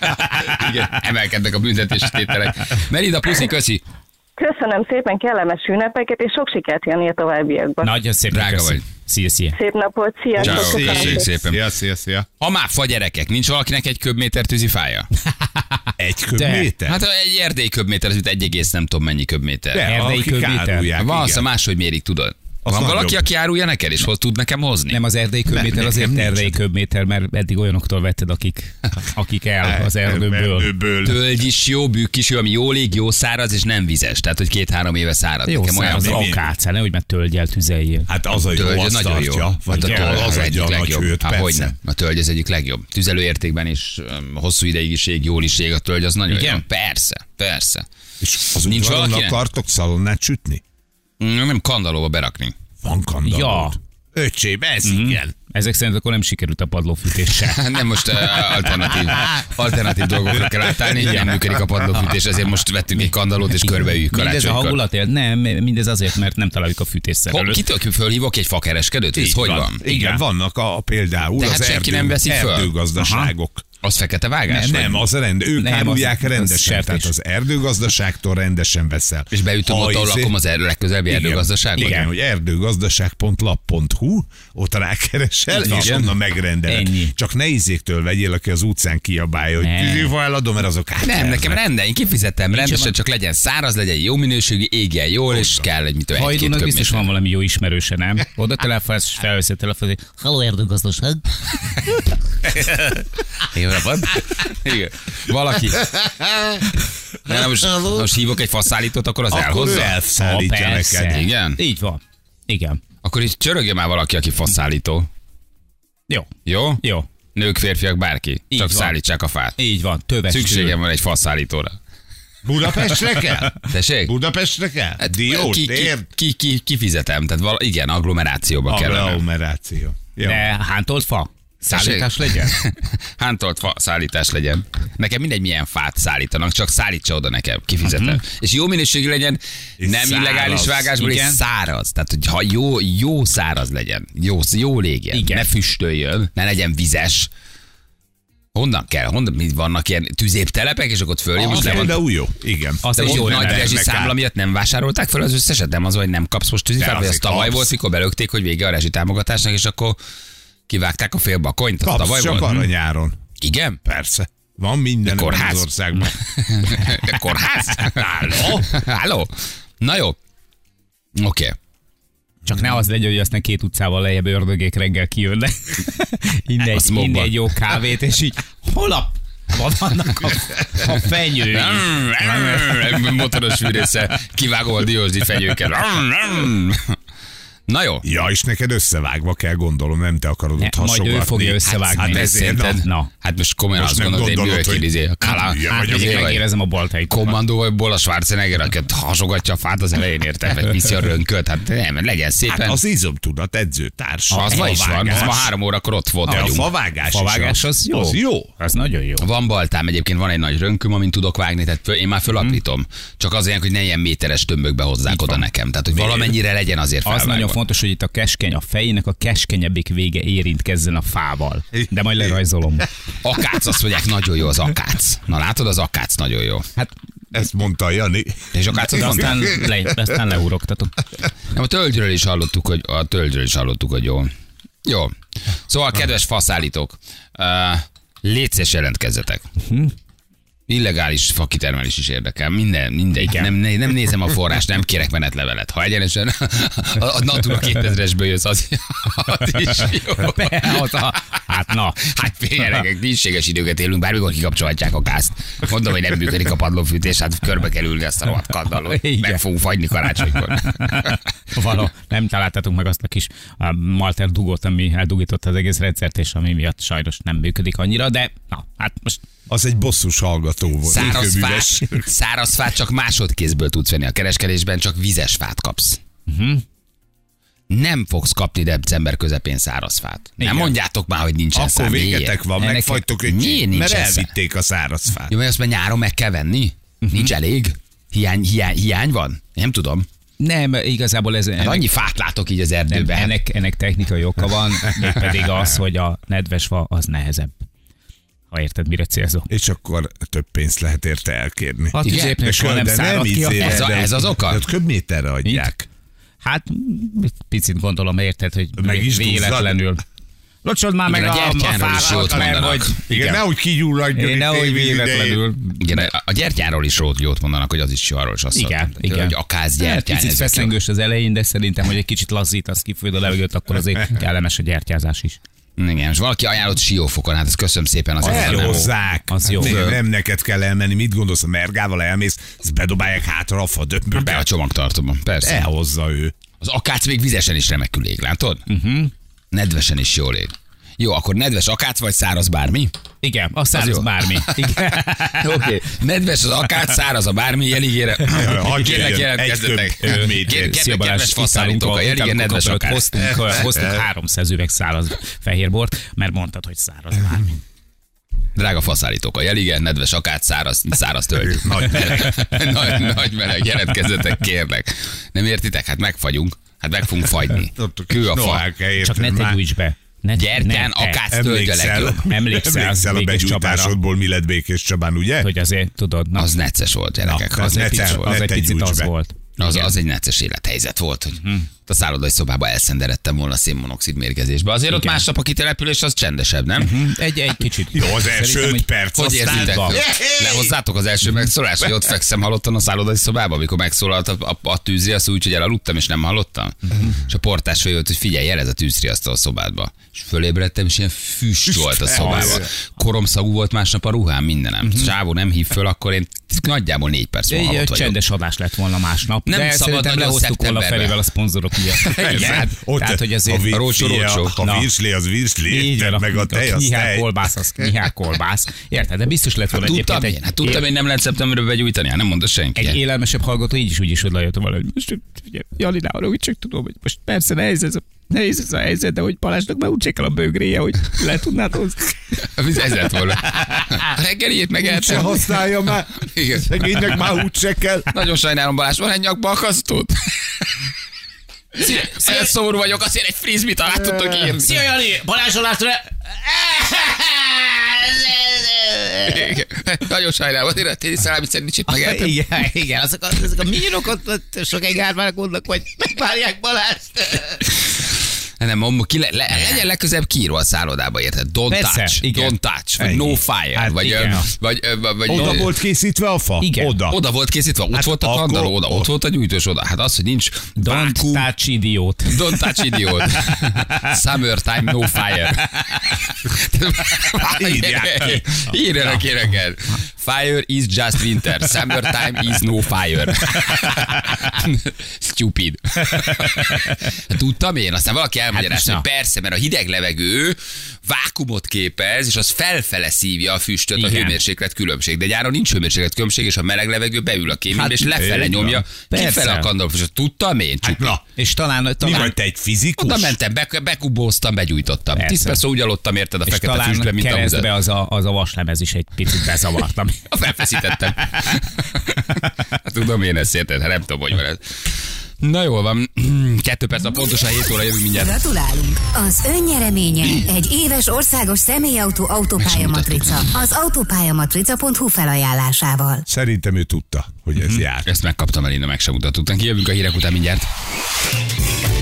[SPEAKER 2] Igen, emelkednek a büntetési tételek. Melinda, puszi, köszi.
[SPEAKER 7] Köszönöm szépen, kellemes ünnepeket, és sok sikert Jani a továbbiakban.
[SPEAKER 4] Nagyon szép.
[SPEAKER 2] Drága vagy.
[SPEAKER 4] Szia, szia.
[SPEAKER 7] Szép napot, sziasztok!
[SPEAKER 2] Ciao.
[SPEAKER 7] köszönöm
[SPEAKER 2] Köszönjük
[SPEAKER 7] szépen.
[SPEAKER 2] szépen.
[SPEAKER 3] Szia, szia, szia.
[SPEAKER 2] Ha már fa gyerekek, nincs valakinek egy köbméter tűzifája?
[SPEAKER 3] Egy köbméter?
[SPEAKER 2] Hát egy erdélyi köbméter, az itt egy egész nem tudom mennyi köbméter.
[SPEAKER 3] De,
[SPEAKER 4] erdélyi
[SPEAKER 3] akik
[SPEAKER 4] köbméter?
[SPEAKER 3] árulják,
[SPEAKER 2] Van, azt
[SPEAKER 3] igen.
[SPEAKER 2] máshogy mérik, tudod.
[SPEAKER 3] Az
[SPEAKER 2] Van valaki,
[SPEAKER 3] nagyobb.
[SPEAKER 2] aki árulja neked, és hoz tud nekem hozni?
[SPEAKER 4] Nem az erdélyi köbméter,
[SPEAKER 3] Nem,
[SPEAKER 4] azért
[SPEAKER 3] nekem
[SPEAKER 4] erdélyi
[SPEAKER 3] nincsen.
[SPEAKER 4] köbméter, mert eddig olyanoktól vetted, akik, akik el az erdőből.
[SPEAKER 3] Erdőből.
[SPEAKER 2] Tölgy is jó, bükk is jó, ami jó lég, jó száraz, és nem vizes. Tehát, hogy két-három éve szárad.
[SPEAKER 4] Jó,
[SPEAKER 2] Nekem olyan
[SPEAKER 4] száraz
[SPEAKER 2] van.
[SPEAKER 4] akácá, nehogy már tölgyel tüzeljél.
[SPEAKER 3] Hát az a jó,
[SPEAKER 2] Tölgy, az
[SPEAKER 3] azt
[SPEAKER 2] nagyon jó.
[SPEAKER 3] tartja. Vagy
[SPEAKER 2] Hát a tölgy
[SPEAKER 3] az
[SPEAKER 2] egyik
[SPEAKER 3] adja a nagy
[SPEAKER 2] legjobb.
[SPEAKER 3] hőt,
[SPEAKER 2] Há, hogy
[SPEAKER 3] persze.
[SPEAKER 2] nem. A tölgy az egyik legjobb. Tüzelőértékben is, öm, hosszú ideig is ég, jól is ég a tölgy, az nagyon
[SPEAKER 4] Igen?
[SPEAKER 2] jó. Persze, persze.
[SPEAKER 3] És az
[SPEAKER 2] Nincs
[SPEAKER 3] udvaron
[SPEAKER 2] valakinek?
[SPEAKER 3] akartok szalonnát sütni?
[SPEAKER 2] Mm, Nem kandallóba berakni.
[SPEAKER 3] Van kandallód.
[SPEAKER 4] Ja.
[SPEAKER 3] Öcsém, ez igen.
[SPEAKER 4] Ezek szerint akkor nem sikerült a padlófűtés se.
[SPEAKER 2] Nem most uh, alternatív, alternatív dolgokra kell átállni, nem működik a padlófűtés, ezért most vettünk egy kandallót és körbeüljük
[SPEAKER 4] Mindez a
[SPEAKER 2] karácsonykor.
[SPEAKER 4] hangulatért? Nem, mindez azért, mert nem találjuk a
[SPEAKER 2] Ho,
[SPEAKER 4] fűtésszerelőt.
[SPEAKER 2] kitől fölhívok egy fakereskedőt? Ez
[SPEAKER 3] Így
[SPEAKER 2] hogy van?
[SPEAKER 3] Igen, Igen, vannak a, például
[SPEAKER 2] De
[SPEAKER 3] az
[SPEAKER 2] hát senki
[SPEAKER 3] erdő,
[SPEAKER 2] nem veszi föl.
[SPEAKER 3] erdőgazdaságok.
[SPEAKER 2] Az fekete vágás?
[SPEAKER 3] Nem,
[SPEAKER 2] vagy?
[SPEAKER 3] nem, az rend, ők
[SPEAKER 4] Nem,
[SPEAKER 3] árulják
[SPEAKER 4] az- az
[SPEAKER 3] rendesen,
[SPEAKER 4] sertés.
[SPEAKER 3] tehát az erdőgazdaságtól rendesen veszel.
[SPEAKER 2] És beütöm
[SPEAKER 3] Ha
[SPEAKER 2] ott, ahol
[SPEAKER 3] izé-
[SPEAKER 2] lakom az er- legközelebbi
[SPEAKER 3] Igen,
[SPEAKER 2] erdőgazdaságban?
[SPEAKER 3] Igen, hogy erdőgazdaság pont lap pont hu, ott rákeresel,
[SPEAKER 2] Így van.
[SPEAKER 3] és onnan megrendeled.
[SPEAKER 4] Ennyi.
[SPEAKER 3] Csak ne izéktől vegyél, aki az utcán kiabálja, hogy
[SPEAKER 4] Nem.
[SPEAKER 3] tűzifal eladom, mert azok át.
[SPEAKER 2] Nem, nekem rendben, én kifizettem rendesen,
[SPEAKER 4] van.
[SPEAKER 2] csak legyen száraz, legyen jó minőségű, égjen jól, és kell egy mit tudom, egy-két
[SPEAKER 4] Hajdúnak biztos
[SPEAKER 2] köbméter.
[SPEAKER 4] van valami jó ismerőse, nem? Oda telefonálsz, és felveszi a telefon, hogy halló erdőgazdaság.
[SPEAKER 2] Jó napot! Igen. Valaki. Nem, most, most hívok egy faszállítót, akkor az
[SPEAKER 3] Akkor ő
[SPEAKER 2] elhozza?
[SPEAKER 3] elszállítja
[SPEAKER 4] Ha, persze.
[SPEAKER 3] neked.
[SPEAKER 2] Igen?
[SPEAKER 4] Így van. Igen.
[SPEAKER 2] Akkor itt csörögje már valaki, aki faszállító.
[SPEAKER 4] Jó.
[SPEAKER 2] Jó?
[SPEAKER 4] Jó.
[SPEAKER 2] Nők, férfiak, bárki.
[SPEAKER 4] Így
[SPEAKER 2] Csak
[SPEAKER 4] van.
[SPEAKER 2] szállítsák a fát.
[SPEAKER 4] Így van. Töves
[SPEAKER 2] Szükségem van egy faszállítóra.
[SPEAKER 3] Budapestre kell?
[SPEAKER 2] Tessék?
[SPEAKER 3] Budapestre kell?
[SPEAKER 2] Hát,
[SPEAKER 3] Dió,
[SPEAKER 2] ki, ki,
[SPEAKER 3] tér,
[SPEAKER 2] ki, ki, kifizetem, tehát vala, igen, agglomerációba kellene.
[SPEAKER 3] agglomeráció. Jó.
[SPEAKER 4] De hántolt fa? Szállítás
[SPEAKER 2] Tessék?
[SPEAKER 4] legyen?
[SPEAKER 2] Hántolt fa szállítás legyen. Nekem mindegy, milyen fát szállítanak, csak szállítsa oda nekem, kifizetem. Uh-huh. És jó minőségű legyen,
[SPEAKER 3] És
[SPEAKER 2] nem
[SPEAKER 3] száraz.
[SPEAKER 2] illegális vágásból, és
[SPEAKER 4] Igen.
[SPEAKER 2] száraz. Tehát, hogy ha jó, jó száraz legyen, jó, jó légjen,
[SPEAKER 4] Igen.
[SPEAKER 2] ne füstöljön, ne legyen vizes. Honnan kell? Honnan mi vannak ilyen tüzéptelepek, és akkor ott följön,
[SPEAKER 3] Az
[SPEAKER 2] most le van.
[SPEAKER 3] például jó. Igen.
[SPEAKER 4] Az
[SPEAKER 2] De
[SPEAKER 4] egy
[SPEAKER 2] ott
[SPEAKER 4] jó
[SPEAKER 2] nagy
[SPEAKER 4] ember.
[SPEAKER 2] rezsiszámla miatt nem vásárolták fel az összeset? Nem az, hogy nem kapsz most tűzifát,
[SPEAKER 3] De
[SPEAKER 2] vagy az
[SPEAKER 3] azért
[SPEAKER 2] tavaly
[SPEAKER 3] kapsz.
[SPEAKER 2] volt, mikor belökték, hogy vége a rezsitámogatásnak, és akkor kivágták a fél bakonyt? Az
[SPEAKER 3] Kapsz
[SPEAKER 2] tavaly
[SPEAKER 3] csak
[SPEAKER 2] volt?
[SPEAKER 3] arra nyáron.
[SPEAKER 2] Igen?
[SPEAKER 3] Persze. Van minden
[SPEAKER 2] De
[SPEAKER 3] ebben
[SPEAKER 2] kórház.
[SPEAKER 3] az országban.
[SPEAKER 2] De kórház? Háló? Háló? Na jó. Oké. Okay.
[SPEAKER 4] Csak ne az legyen, hogy aztán két utcával lejjebb ördögék reggel kijönnek. Innen
[SPEAKER 2] A
[SPEAKER 4] egy,
[SPEAKER 2] smogban.
[SPEAKER 4] innen egy jó kávét, és így hol a Hol vannak a, a fenyői?
[SPEAKER 2] Motoros fűrésze, kivágom a diósdi fenyőket. Na jó.
[SPEAKER 3] Ja, és neked összevágva kell, gondolom, nem te akarod
[SPEAKER 4] Ne,
[SPEAKER 3] ott
[SPEAKER 4] majd
[SPEAKER 3] hasogatni.
[SPEAKER 4] ő fogja összevágni.
[SPEAKER 3] Hát, hát ezért,
[SPEAKER 2] Szerinted?
[SPEAKER 3] na.
[SPEAKER 4] Na.
[SPEAKER 2] Hát most komolyan
[SPEAKER 3] Most
[SPEAKER 2] azt
[SPEAKER 3] nem
[SPEAKER 2] gondolod, hogy
[SPEAKER 3] gondolod,
[SPEAKER 2] művel
[SPEAKER 3] hogy-
[SPEAKER 2] kérdezi. Kalá,
[SPEAKER 3] Hülye
[SPEAKER 4] Hát,
[SPEAKER 3] vagyok.
[SPEAKER 4] még
[SPEAKER 2] vagy.
[SPEAKER 4] megérezem a baltaikat.
[SPEAKER 2] Kommandóból a Schwarzenegger, aki hasogatja a fát az elején, érted? Vagy viszi a rönköt. Hát nem, legyen szépen.
[SPEAKER 3] Hát az izomtudat edzőtárs.
[SPEAKER 2] az ma is van. Az
[SPEAKER 3] favágás.
[SPEAKER 2] ma három órakor ott volt
[SPEAKER 3] De a
[SPEAKER 2] vagyunk.
[SPEAKER 3] favágás,
[SPEAKER 4] Favágás
[SPEAKER 3] is
[SPEAKER 4] az jó.
[SPEAKER 3] Az jó.
[SPEAKER 4] Az nagyon jó.
[SPEAKER 2] Van baltám, egyébként van egy nagy rönköm, amin tudok vágni, tehát föl, én már fölaprítom. Csak azért, hogy ne ilyen méteres tömbökbe hozzák oda nekem. Tehát, hogy valamennyire legyen azért
[SPEAKER 4] Az
[SPEAKER 2] felvágva.
[SPEAKER 4] nagyon fontos, hogy itt a keskeny, a fejének a keskenyebbik vége érintkezzen a fával. De majd lerajzolom.
[SPEAKER 2] Akác, azt mondják, nagyon jó az akác. Na látod, az akác nagyon jó.
[SPEAKER 4] Hát
[SPEAKER 3] Ezt mondta a Jani.
[SPEAKER 2] És akácot
[SPEAKER 4] de
[SPEAKER 2] mondtál?
[SPEAKER 4] aztán, le, aztán leurogtatom.
[SPEAKER 2] Nem, a tölgyről is hallottuk, hogy a tölgyről is hallottuk, hogy jó. Jó. Szóval, kedves faszállítók, uh, légy szíves, jelentkezzetek. Illegális fakitermelés is érdekel. Minden, mindegy. Nem, nem nézem a forrás, nem kérek menetlevelet. Ha egyenesen a, a Natura kétezresből jössz, az, az is jó.
[SPEAKER 4] Az a, hát na.
[SPEAKER 2] Hát gyerekek, nincs időket élünk, bármikor kikapcsolhatják a gázt. Mondom, hogy nem működik a padlófűtés, hát körbe kell ülni azt a rohadt kandallót. Meg fogunk fagyni karácsonykor.
[SPEAKER 4] Való, nem találtatunk meg azt a kis a malter dugót, ami eldugította az egész rendszert, és ami miatt sajnos nem működik annyira, de na, hát most
[SPEAKER 3] Az egy bosszus hallgató volt.
[SPEAKER 2] Száraz fát, száraz fát csak másodkézből tudsz venni a kereskedésben, csak vizes fát kapsz. Uh-huh. Nem fogsz kapni december közepén száraz fát. Nem mondjátok már, hogy nincsen
[SPEAKER 3] Akkor
[SPEAKER 2] szám.
[SPEAKER 3] végetek van,
[SPEAKER 2] Ennek
[SPEAKER 3] megfagytok
[SPEAKER 2] miért
[SPEAKER 3] öcsém,
[SPEAKER 2] nincs
[SPEAKER 3] mert
[SPEAKER 2] esze?
[SPEAKER 3] elvitték a száraz fát.
[SPEAKER 2] Jó, mert azt már nyáron meg kell venni? Uh-huh. Nincs elég? Hiány, hiány, hiány van? Nem tudom.
[SPEAKER 4] nem, igazából ez...
[SPEAKER 2] Hát annyi fát látok így az erdőben.
[SPEAKER 4] Nem, ennek, ennek technikai oka van, mégpedig az, hogy a nedves fa az nehezebb. Ha érted, mire célzok.
[SPEAKER 3] És akkor több pénzt lehet érte elkérni.
[SPEAKER 4] A tüzépnél soha nem szárad ki a...
[SPEAKER 2] Ez a- ez az oka?
[SPEAKER 3] De köbméterre adják.
[SPEAKER 4] Hát picit gondolom, érted, hogy
[SPEAKER 3] Meg is
[SPEAKER 4] véletlenül. Locsod már meg
[SPEAKER 2] Igen, a
[SPEAKER 4] a, a
[SPEAKER 2] gyertyáról is jót
[SPEAKER 4] fárat,
[SPEAKER 2] mondanak.
[SPEAKER 4] hogy...
[SPEAKER 3] Igen, nehogy kigyulladjon.
[SPEAKER 4] Én
[SPEAKER 3] itt
[SPEAKER 4] nehogy
[SPEAKER 3] tévéz idején.
[SPEAKER 4] véletlenül.
[SPEAKER 2] Igen, a gyertyáról is rót jót mondanak, hogy az is jó, arról is azt
[SPEAKER 4] Igen,
[SPEAKER 2] szoktam.
[SPEAKER 4] igen.
[SPEAKER 2] Hogy akász
[SPEAKER 4] Hát,
[SPEAKER 2] gyertyán.
[SPEAKER 4] picit
[SPEAKER 2] ezek
[SPEAKER 4] feszengős az elején, de szerintem, hogy egy kicsit lazzítasz, kifolyod a levegőt, akkor azért kellemes a gyertyázás is.
[SPEAKER 2] jó. Igen, és valaki ajánlott siófokon, hát ezt köszönöm szépen. Az
[SPEAKER 3] Elhozzák.
[SPEAKER 4] Az jó.
[SPEAKER 3] Hát nem, nem neked kell elmenni. Mit gondolsz, a mergával elmész, ezt bedobálják hátra a
[SPEAKER 2] Be
[SPEAKER 3] fadömböbe.
[SPEAKER 2] a csomagtartóban, persze.
[SPEAKER 3] Elhozza ő.
[SPEAKER 2] Az akác még vizesen is remekül ég, látod? Uh-huh. Nedvesen is jól ég. Jó, akkor nedves akác vagy száraz bármi?
[SPEAKER 4] Igen, a száraz
[SPEAKER 2] jó.
[SPEAKER 4] bármi. Igen.
[SPEAKER 2] Oké. Okay. Nedves az akác, száraz a bármi, jeligére.
[SPEAKER 3] Hagyj
[SPEAKER 2] Kérlek,
[SPEAKER 3] jöjjön,
[SPEAKER 2] jelentkezzetek.
[SPEAKER 3] egy több méter.
[SPEAKER 2] Kér-
[SPEAKER 4] Szia
[SPEAKER 2] Kedves
[SPEAKER 4] Balázs,
[SPEAKER 2] faszállítók, a jelige nedves akác.
[SPEAKER 4] hoztunk, hoztunk háromszáz üveg száraz fehérbort, mert mondtad, hogy száraz bármi.
[SPEAKER 2] Drága faszállítók, a jelige, nedves akác, száraz, száraz tölgy. Nagy meleg. nagy, nagy meleg, jelentkezzetek, kérlek. Nem értitek? Hát megfagyunk. Hát meg fogunk fagyni. Kő a fa.
[SPEAKER 4] Csak ne te gyújts be. Ne,
[SPEAKER 2] Gyertyán,
[SPEAKER 4] ne te.
[SPEAKER 2] akác tölgy a
[SPEAKER 3] Emlékszel,
[SPEAKER 2] legjobb.
[SPEAKER 4] Emlékszel,
[SPEAKER 3] emlékszel a
[SPEAKER 4] Békés Csabára.
[SPEAKER 3] begyújtásodból, mi lett Békés Csabán, ugye?
[SPEAKER 4] Hogy azért, tudod, na,
[SPEAKER 2] Az necces volt, gyerekek.
[SPEAKER 3] Na,
[SPEAKER 2] Az,
[SPEAKER 3] ne
[SPEAKER 2] egy
[SPEAKER 3] te-
[SPEAKER 2] picit volt.
[SPEAKER 4] az
[SPEAKER 3] ne
[SPEAKER 4] egy
[SPEAKER 3] te
[SPEAKER 4] picit
[SPEAKER 3] gyújts
[SPEAKER 4] az
[SPEAKER 3] be.
[SPEAKER 4] volt.
[SPEAKER 2] Az,
[SPEAKER 4] Igen.
[SPEAKER 2] az egy necces élethelyzet volt, hogy a szállodai szobába elszenderedtem volna szénmonoxid mérgezésbe. Azért ott
[SPEAKER 4] Igen.
[SPEAKER 2] másnap a kitelepülés az csendesebb, nem?
[SPEAKER 4] Egy, egy kicsit.
[SPEAKER 3] Jó, az első
[SPEAKER 4] Szerintem,
[SPEAKER 3] öt
[SPEAKER 4] hogy-
[SPEAKER 3] perc.
[SPEAKER 2] Hogy
[SPEAKER 3] aztán-
[SPEAKER 2] érzitek?
[SPEAKER 4] van.
[SPEAKER 2] Lehozzátok az első megszólás, hogy ott fekszem hallottan a szállodai szobába, amikor megszólalt a, a, a tűzriaszt úgy, hogy elaludtam és nem hallottam. És a portás följött, hogy figyelj, jelez a tűzriaszt a szobádba. És fölébredtem, és ilyen füst volt a szobában. Koromszagú volt másnap a ruhám, mindenem. Sávó nem hív föl, akkor én nagyjából négy perc múlva
[SPEAKER 4] Egy
[SPEAKER 2] halott vagyok.
[SPEAKER 4] csendes adás lett volna másnap.
[SPEAKER 2] Nem
[SPEAKER 4] de
[SPEAKER 2] szabad
[SPEAKER 4] szerintem
[SPEAKER 2] nagyon
[SPEAKER 4] lehoztuk volna
[SPEAKER 2] szeptemberben.
[SPEAKER 4] felével a szponzorok miatt.
[SPEAKER 2] Igen, hát
[SPEAKER 3] Ott
[SPEAKER 4] Tehát, hogy azért...
[SPEAKER 3] a virsli,
[SPEAKER 2] rócsó, rócsó.
[SPEAKER 3] a
[SPEAKER 4] Na.
[SPEAKER 3] virsli, az virsli,
[SPEAKER 4] Így van,
[SPEAKER 3] meg a tej, az
[SPEAKER 4] knihál
[SPEAKER 3] tej.
[SPEAKER 4] kolbász, az knihál kolbász. Érted? De biztos lett volna
[SPEAKER 2] tudtam
[SPEAKER 4] egyébként
[SPEAKER 2] én, hát tudtam én nem lehet szeptemberben begyújtani, hát nem mondta senki.
[SPEAKER 4] egy élelmesebb hallgató így is úgy is oda jött volna, hogy most ugye, Jani, ne arra, úgy csak tudom, hogy most persze nehéz ez a, nehéz ez a helyzet, de hogy Balázsnak már úgy csekkel a bögréje, hogy le tudnád hozni.
[SPEAKER 2] Ez lett volna. A reggeliét
[SPEAKER 3] Se
[SPEAKER 2] megettem.
[SPEAKER 3] használja már.
[SPEAKER 2] Igen.
[SPEAKER 3] Szegénynek már úgy se kell.
[SPEAKER 2] Nagyon sajnálom, Balázs, van egy nyakba akasztód? Szia, szomorú vagyok, azért egy frisbee-t alá tudtok írni.
[SPEAKER 4] Szia Jani, Balázs alásra...
[SPEAKER 2] Igen. Nagyon sajnálom, azért a téli szalámit szerint megettem.
[SPEAKER 4] Igen, igen, azok a, azok a minyonok ott, ott sok egármának mondnak, hogy megvárják Balázst.
[SPEAKER 2] Nem, mondom, ki le, le, legyen legközelebb kiírva a szállodába, érted? Don't
[SPEAKER 4] Persze,
[SPEAKER 2] touch,
[SPEAKER 4] igen.
[SPEAKER 2] don't touch, vagy
[SPEAKER 3] Ennyi.
[SPEAKER 2] no fire,
[SPEAKER 4] Hát
[SPEAKER 2] vagy,
[SPEAKER 4] igen.
[SPEAKER 2] ö, vagy, ö, vagy
[SPEAKER 3] Oda
[SPEAKER 2] ö,
[SPEAKER 3] volt készítve a fa?
[SPEAKER 4] Igen.
[SPEAKER 3] Oda.
[SPEAKER 2] oda volt készítve, ott
[SPEAKER 3] Hát
[SPEAKER 2] volt a
[SPEAKER 3] akkor-
[SPEAKER 2] kandalló, oda, ott volt a gyújtós oda. Hát az, hogy nincs
[SPEAKER 4] Don't
[SPEAKER 2] vákum,
[SPEAKER 4] touch idiót.
[SPEAKER 2] don't touch idiot. Summertime, no fire.
[SPEAKER 3] Írják ki.
[SPEAKER 2] Írjanak ki neked. Fire is just winter. Summertime is no fire. Stupid. Tudtam én, aztán valaki elmagyarázta,
[SPEAKER 4] Hát
[SPEAKER 2] hogy
[SPEAKER 4] most
[SPEAKER 2] persze, mert a hideg levegő vákumot képez, és az felfele szívja a füstöt, a
[SPEAKER 4] Igen.
[SPEAKER 2] hőmérséklet különbség. De nyáron nincs hőmérséklet különbség, és a meleg levegő beül a kéménybe,
[SPEAKER 4] Hát,
[SPEAKER 2] és lefele
[SPEAKER 3] így
[SPEAKER 2] nyomja,
[SPEAKER 4] van.
[SPEAKER 2] kifele
[SPEAKER 4] Persze.
[SPEAKER 2] a kandallófűsöt. Tudtam én,
[SPEAKER 3] Hát
[SPEAKER 2] csupi.
[SPEAKER 3] na,
[SPEAKER 4] És talán...
[SPEAKER 3] mi
[SPEAKER 4] talán
[SPEAKER 3] vagy te egy fizikus?
[SPEAKER 2] Oda mentem, be, bekubóztam, begyújtottam.
[SPEAKER 4] Persze.
[SPEAKER 2] Tíz perc úgy aludtam, érted, a
[SPEAKER 4] és
[SPEAKER 2] fekete
[SPEAKER 4] talán
[SPEAKER 2] füstbe, mint a
[SPEAKER 4] keresztbe
[SPEAKER 2] húzat.
[SPEAKER 4] az a, az a vaslemez is egy picit bezavartam.
[SPEAKER 2] Felfeszítettem. Hát tudom én ezt érted, hát nem tudom, hogy van ez. Na jól van, kettő perc a pontosan hét óra jövünk mindjárt.
[SPEAKER 6] Gratulálunk! Az önnyereménye egy éves országos személyautó autópálya matrica. Az autópályamatrica pont hu felajánlásával.
[SPEAKER 3] Szerintem ő tudta, hogy ez jár.
[SPEAKER 2] Ezt megkaptam el, innen meg sem mutattuk. Kijövünk a hírek után mindjárt.